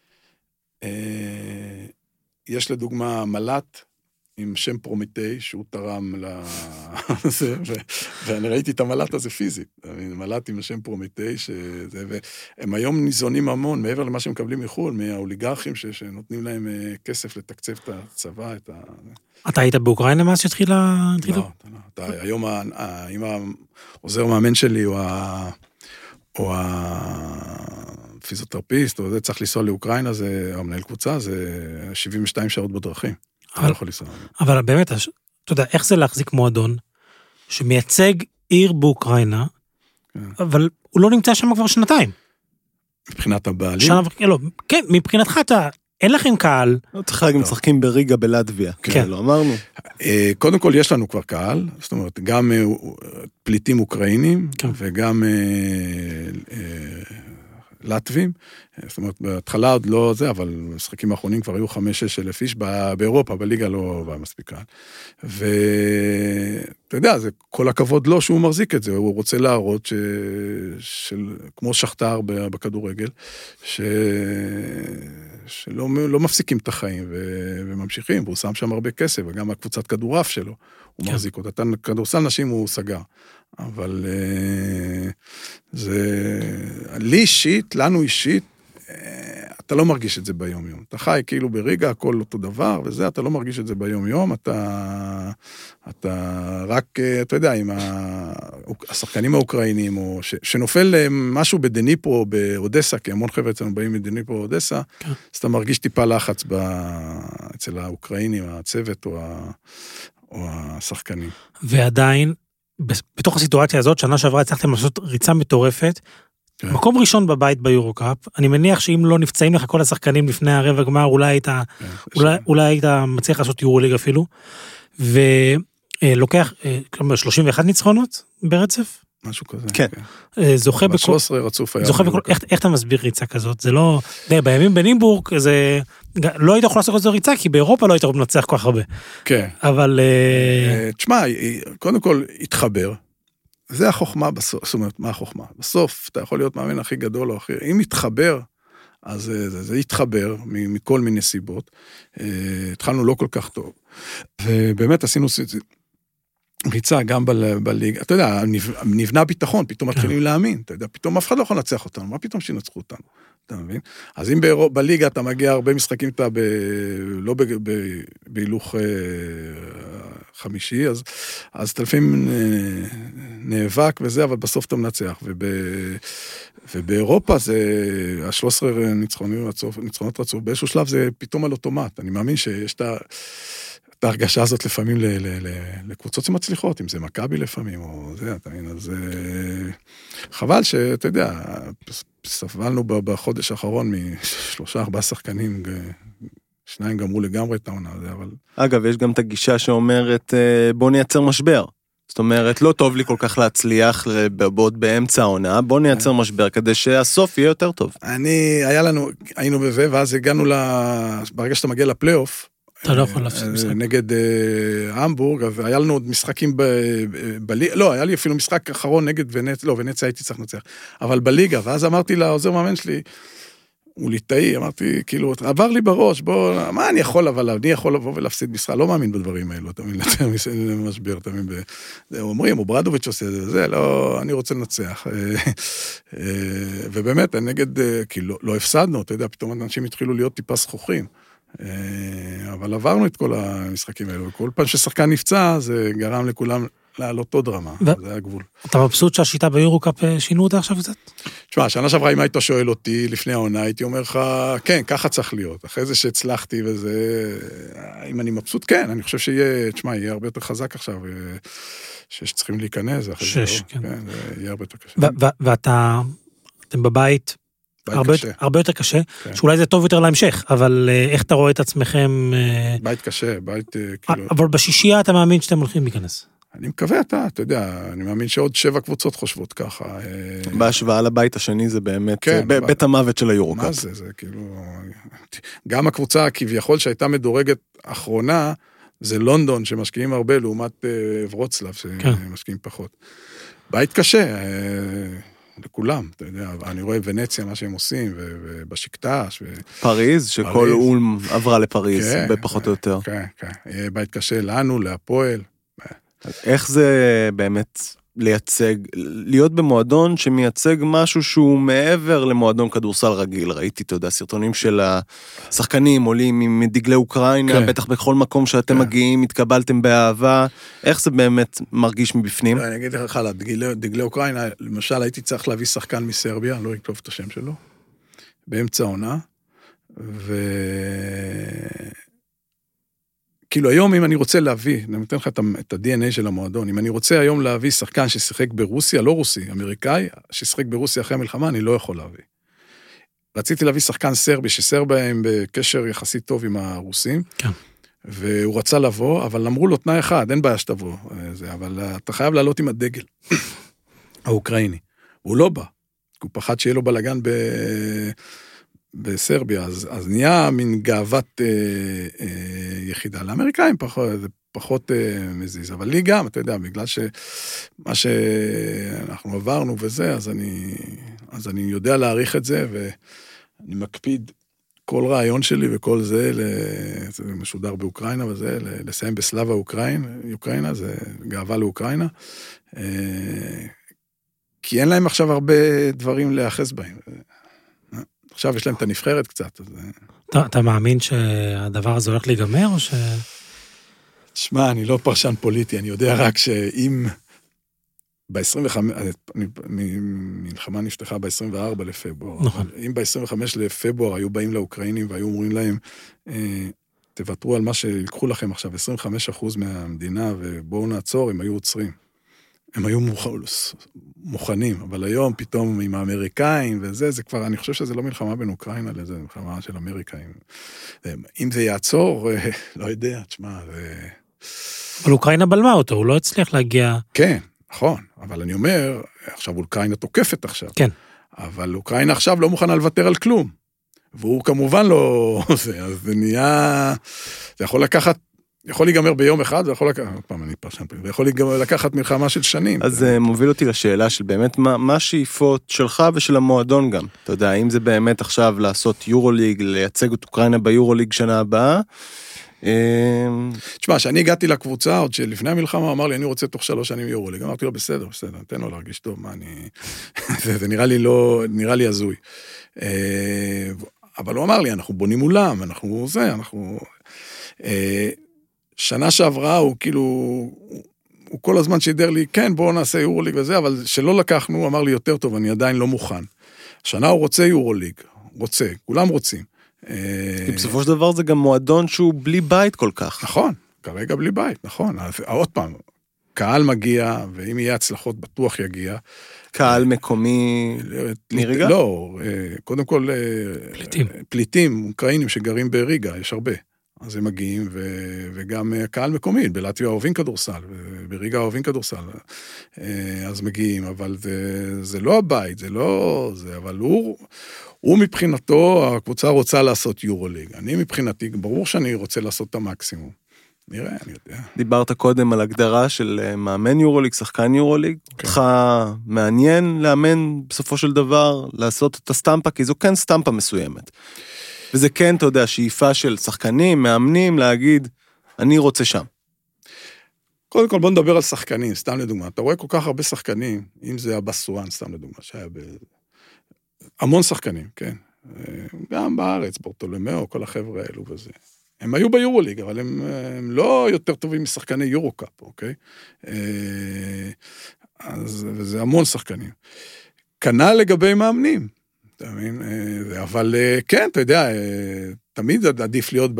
יש לדוגמה מל"ט עם שם פרומיטי, שהוא תרם לזה, ואני ראיתי את המל"ט הזה פיזית, מל"ט עם השם פרומיטי, והם היום ניזונים המון, מעבר למה שהם מקבלים מחו"ל, מהאוליגרכים שנותנים להם כסף לתקצב את הצבא, אתה היית באוקראינה מאז שהתחילה? לא, היום אם העוזר מאמן שלי, או פיזיותרפיסט, או זה צריך לנסוע לאוקראינה, זה המנהל קבוצה, זה 72 שעות בדרכים. אבל באמת, אתה יודע, איך זה להחזיק מועדון, שמייצג עיר באוקראינה, אבל הוא לא נמצא שם כבר שנתיים. מבחינת הבעלים? כן, מבחינתך אתה, אין לכם קהל. צריך להגיד, משחקים בריגה בלטביה, כן, לא אמרנו. קודם כל יש לנו כבר קהל, זאת אומרת, גם פליטים אוקראינים, וגם לטבים, זאת אומרת, בהתחלה עוד לא זה, אבל משחקים האחרונים כבר היו 5-6 אלף איש באירופה, בליגה לא מספיק קהל. ואתה יודע, זה כל הכבוד לו שהוא מחזיק את זה, הוא רוצה להראות כמו שכתר בכדורגל, שלא מפסיקים את החיים וממשיכים, והוא שם שם הרבה כסף, וגם הקבוצת כדורף שלו, הוא מחזיק אותה. כדורסל נשים הוא סגר. אבל זה, לי אישית, לנו אישית, אתה לא מרגיש את זה ביום יום. אתה חי כאילו בריגה, הכל אותו דבר, וזה, אתה לא מרגיש את זה ביום יום, אתה רק, אתה יודע, עם השחקנים האוקראינים, או שנופל משהו בדניפרו או באודסה, כי המון חבר'ה אצלנו באים מדניפרו או אודסה, אז אתה מרגיש טיפה לחץ אצל האוקראינים, הצוות או השחקנים. ועדיין, בתוך הסיטואציה הזאת, שנה שעברה הצלחתם לעשות ריצה מטורפת, מקום ראשון בבית ביורוקאפ, אני מניח שאם לא נפצעים לך כל השחקנים לפני הרבע גמר, אולי היית מצליח לעשות יורוליג אפילו, ולוקח 31 ניצחונות ברצף? משהו כזה. כן. זוכה בכל... 13 רצוף היה. איך אתה מסביר ריצה כזאת? זה לא... בימים בנימבורג, זה... לא היית יכול לעשות את זה ריצה, כי באירופה לא היית יכול לנצח כל כך הרבה. כן. אבל... תשמע, קודם כל, התחבר. זה החוכמה בסוף, זאת אומרת, מה החוכמה? בסוף, אתה יכול להיות מאמן הכי גדול או הכי... אם יתחבר, אז זה יתחבר מכל מיני סיבות. התחלנו לא כל כך טוב. ובאמת עשינו... ריצה גם בליגה, אתה יודע, נבנה ביטחון, פתאום מתחילים להאמין, אתה יודע, פתאום אף אחד לא יכול לנצח אותנו, מה פתאום שינצחו אותנו, אתה מבין? אז אם בליגה אתה מגיע הרבה משחקים, אתה לא בהילוך חמישי, אז אתה לפעמים נאבק וזה, אבל בסוף אתה מנצח, ובאירופה זה, ה-13 ניצחונות רצוף, באיזשהו שלב זה פתאום על אוטומט, אני מאמין שיש את ההרגשה הזאת לפעמים לקבוצות שמצליחות, אם זה מכבי לפעמים, או זה, אתה מבין, אז חבל שאתה יודע, סבלנו בחודש האחרון מ3-4 שחקנים, 2 גמרו לגמרי את העונה, אבל... אגב, יש גם את הגישה שאומרת, בוא נייצר משבר. זאת אומרת, לא טוב לי כל כך להצליח בעוד באמצע העונה, בוא נייצר משבר כדי שהסוף יהיה יותר טוב. היינו בזה, ואז הגענו ברגע שאתה מגיע לפלייאוף, אתה לא יכול להפסיד משחק. נגד המבורג, והיה לנו עוד משחקים בליגה, לא, היה לי אפילו משחק אחרון נגד ונציה, לא, ונציה הייתי צריך לנצח, אבל בליגה, ואז אמרתי לעוזר מאמן שלי, הוא ליטאי, אמרתי, כאילו, עבר לי בראש, בוא, מה אני יכול, אבל אני יכול לבוא ולהפסיד משחק, לא מאמין בדברים האלו, אתה מבין, למשבר, אתה מבין, אומרים, או ברדוביץ' עושה זה, לא, אני רוצה לנצח, ובאמת, נגד, כי לא הפסדנו, אתה יודע, פתאום אנשים התחילו להיות טיפה זכוחים, אבל עברנו את כל המשחקים האלו, וכל פעם ששחקן נפצע, זה גרם לכולם לעלות עוד רמה, זה הגבול. אתה מבסוט שהשיטה ביורוקאפ שינו אותה עכשיו קצת? תשמע, שנה שעברה, אם היית שואל אותי לפני העונה, הייתי אומר לך, כן, ככה צריך להיות. אחרי זה שהצלחתי וזה, אם אני מבסוט, כן, אני חושב שיהיה, תשמע, יהיה הרבה יותר חזק עכשיו, שצריכים להיכנס. שש, כן. כן, זה יהיה הרבה יותר קשה. ואתם בבית, הרבה יותר קשה, שאולי זה טוב יותר להמשך, אבל איך אתה רואה את עצמכם? בית קשה, בית כאילו... אבל בשישייה אתה מאמין שאתם הולכים להיכנס? אני מקווה, אתה יודע, אני מאמין שעוד 7 קבוצות חושבות ככה. בהשוואה לבית השני זה באמת בית המוות של היורוקאפ. מה זה? זה כאילו... גם הקבוצה כביכול שהייתה מדורגת אחרונה, זה לונדון שמשקיעים הרבה לעומת ורוצלב שמשקיעים פחות. בית קשה, לכולם, אתה יודע, אני רואה ונציה מה שהם עושים, ובשקטש. פריז, שכל אולם עברה לפריז, בפחות או יותר. כן. בית קשה לנו, להפועל. איך זה באמת לייצג, להיות במועדון שמייצג משהו שהוא מעבר למועדון כדורסל רגיל? ראיתי, אתה יודע, סרטונים של השחקנים עולים מדגלי אוקראינה, בטח בכל מקום שאתם מגיעים, התקבלתם באהבה, איך זה באמת מרגיש מבפנים? אני אגיד לך, דגלי אוקראינה, למשל הייתי צריך להביא שחקן מסרביה, לא אכתוב את השם שלו, באמצע העונה, כאילו היום אם אני רוצה להביא, אני נותן לך את ה-DNA של המועדון, אם אני רוצה היום להביא שחקן ששיחק ברוסיה, לא רוסי, אמריקאי, ששיחק ברוסיה אחרי המלחמה, אני לא יכול להביא. רציתי להביא שחקן סרבי, שסרביה הם בקשר יחסית טוב עם הרוסים, כן. והוא רצה לבוא, אבל אמרו לו תנאי אחד, אין בעיה שתבוא, אבל אתה חייב לעלות עם הדגל, האוקראיני. הוא לא בא, הוא פחד שיהיה לו בלגן בסרביה, אז נהיה מין גאוות יחידה. לאמריקאים פחות מזיז, אבל לי גם, אתה יודע, בגלל שמה שאנחנו עברנו וזה, אז אני יודע להעריך את זה, ואני מקפיד כל רעיון שלי וכל זה, זה משודר באוקראינה וזה, לסיים בסלאבה אוקראינה, זה גאווה לאוקראינה, כי אין להם עכשיו הרבה דברים להיאחז בהם. עכשיו יש להם את הנבחרת קצת. אתה מאמין שהדבר הזה הולך להיגמר או ש... תשמע, אני לא פרשן פוליטי, אני יודע רק שאם ב-25, מלחמה נפתחה ב-24 לפברואר, נכון. אם ב-25 לפברואר היו באים לאוקראינים והיו אומרים להם, תוותרו על מה שיקחו לכם עכשיו 25% מהמדינה ובואו נעצור, הם היו עוצרים. הם היו מוכנים, אבל היום פתאום עם האמריקאים וזה, זה כבר, אני חושב שזה לא מלחמה בין אוקראינה לזה, זה מלחמה של אמריקאים. אם זה יעצור, לא יודע, תשמע, אבל אוקראינה בלמה אותו, הוא לא הצליח להגיע... כן, נכון, אבל אני אומר, עכשיו אוקראינה תוקפת עכשיו. כן. אבל אוקראינה עכשיו לא מוכנה לוותר על כלום. והוא כמובן לא... אז זה נהיה... זה יכול לקחת... יכול להיגמר ביום אחד, ויכול לקחת מלחמה של שנים. אז זה מוביל אותי לשאלה של באמת מה השאיפות שלך ושל המועדון גם. אתה יודע, האם זה באמת עכשיו לעשות יורוליג, לייצג את אוקראינה ביורוליג שנה הבאה? תשמע, שאני הגעתי לקבוצה, עוד שלפני המלחמה, הוא אמר לי, אני רוצה תוך 3 שנים יורוליג. אמרתי לו, בסדר, תן לו להרגיש טוב, מה אני... זה נראה לי הזוי. אבל הוא אמר לי, אנחנו בונים אולם, אנחנו... שנה שעברה הוא כאילו, הוא כל הזמן שידר לי, כן, בואו נעשה יורוליג וזה, אבל שלא לקחנו, הוא אמר לי יותר טוב, אני עדיין לא מוכן. שנה הוא רוצה יורוליג, כולם רוצים. כי בסופו של דבר זה גם מועדון שהוא בלי בית כל כך. נכון, כרגע בלי בית, נכון. עוד פעם, קהל מגיע, ואם יהיה הצלחות בטוח יגיע. קהל מקומי מריגה? לא, קודם כל, פליטים, אוקראינים שגרים בריגה, יש הרבה. אז הם מגיעים, וגם קהל מקומי, בלטביה אוהבים כדורסל, ובריגה אוהבים כדורסל, אז מגיעים, אבל זה לא הבית, זה לא זה, אבל הוא מבחינתו, הקבוצה רוצה לעשות יורוליג, אני מבחינתי, ברור שאני רוצה לעשות את המקסימום, נראה, אני יודע. דיברת קודם על הגדרה של מאמן יורוליג, שחקן יורוליג, אותך מעניין לאמן בסופו של דבר, לעשות את הסטמפה, כי זו כן סטמפה מסוימת. וזה כן, אתה יודע, שאיפה של שחקנים, מאמנים, להגיד, אני רוצה שם. קודם כל, בוא נדבר על שחקנים, סתם לדוגמה. אתה רואה כל כך הרבה שחקנים, אם זה הבסואן, סתם לדוגמה, שהיה המון שחקנים, כן. גם בארץ, ברטולומיאו, כל החבר'ה האלו וזה. הם היו ביורוליג, אבל הם לא יותר טובים משחקני יורוקאפ, אוקיי? וזה המון שחקנים. כנ"ל לגבי מאמנים, אתה מבין? אבל כן, אתה יודע, תמיד עדיף להיות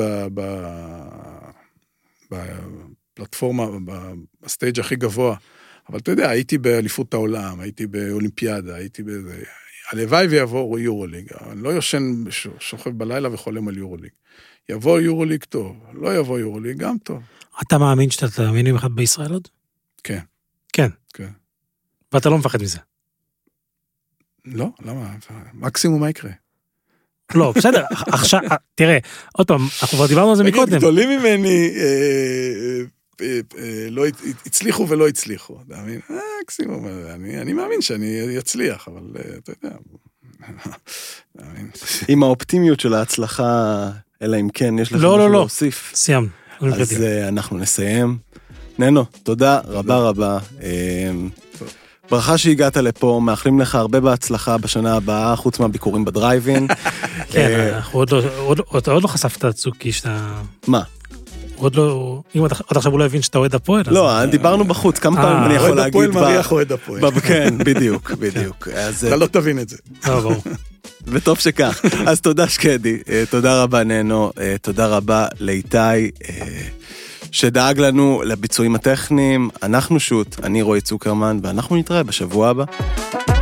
בפלטפורמה, בסטייג' הכי גבוה. אבל אתה יודע, הייתי באליפות העולם, הייתי באולימפיאדה, הייתי בזה. הלוואי ויבוא יורוליג, אני לא יושן, שוכב בלילה וחולם על יורוליג. יבוא יורוליג טוב, לא יבוא יורוליג גם טוב. אתה מאמין שאתה תאמין עם אחד בישראל עוד? כן. כן. כן. ואתה לא מפחד מזה? לא, למה? מקסימום מה יקרה? לא, בסדר, עכשיו, תראה, עוד פעם, אנחנו כבר דיברנו על זה מקודם. גדולים ממני לא הצליחו ולא הצליחו, אתה מבין? מקסימום, אני מאמין שאני אצליח, אבל אתה יודע, עם האופטימיות של ההצלחה, אלא אם כן, יש לך משהו להוסיף. סיימנו. אז אנחנו נסיים. ננו, תודה רבה רבה. ברכה שהגעת לפה, מאחלים לך הרבה בהצלחה בשנה הבאה, חוץ מהביקורים בדרייבין. כן, עוד לא חשפת את צוקי שאתה... מה? עוד לא... אם אתה עכשיו אולי הבין שאתה אוהד הפועל, אז... לא, דיברנו בחוץ, כמה פעמים אני יכול להגיד... אוהד הפועל מריח אוהד הפועל. כן, בדיוק, בדיוק. אתה לא תבין את זה. ברור. וטוב שכך. אז תודה שקדי, תודה רבה ננו, תודה רבה לאיתי, שדאג לנו לביצועים הטכניים, אנחנו שוט, אני רועי צוקרמן, ואנחנו נתראה בשבוע הבא.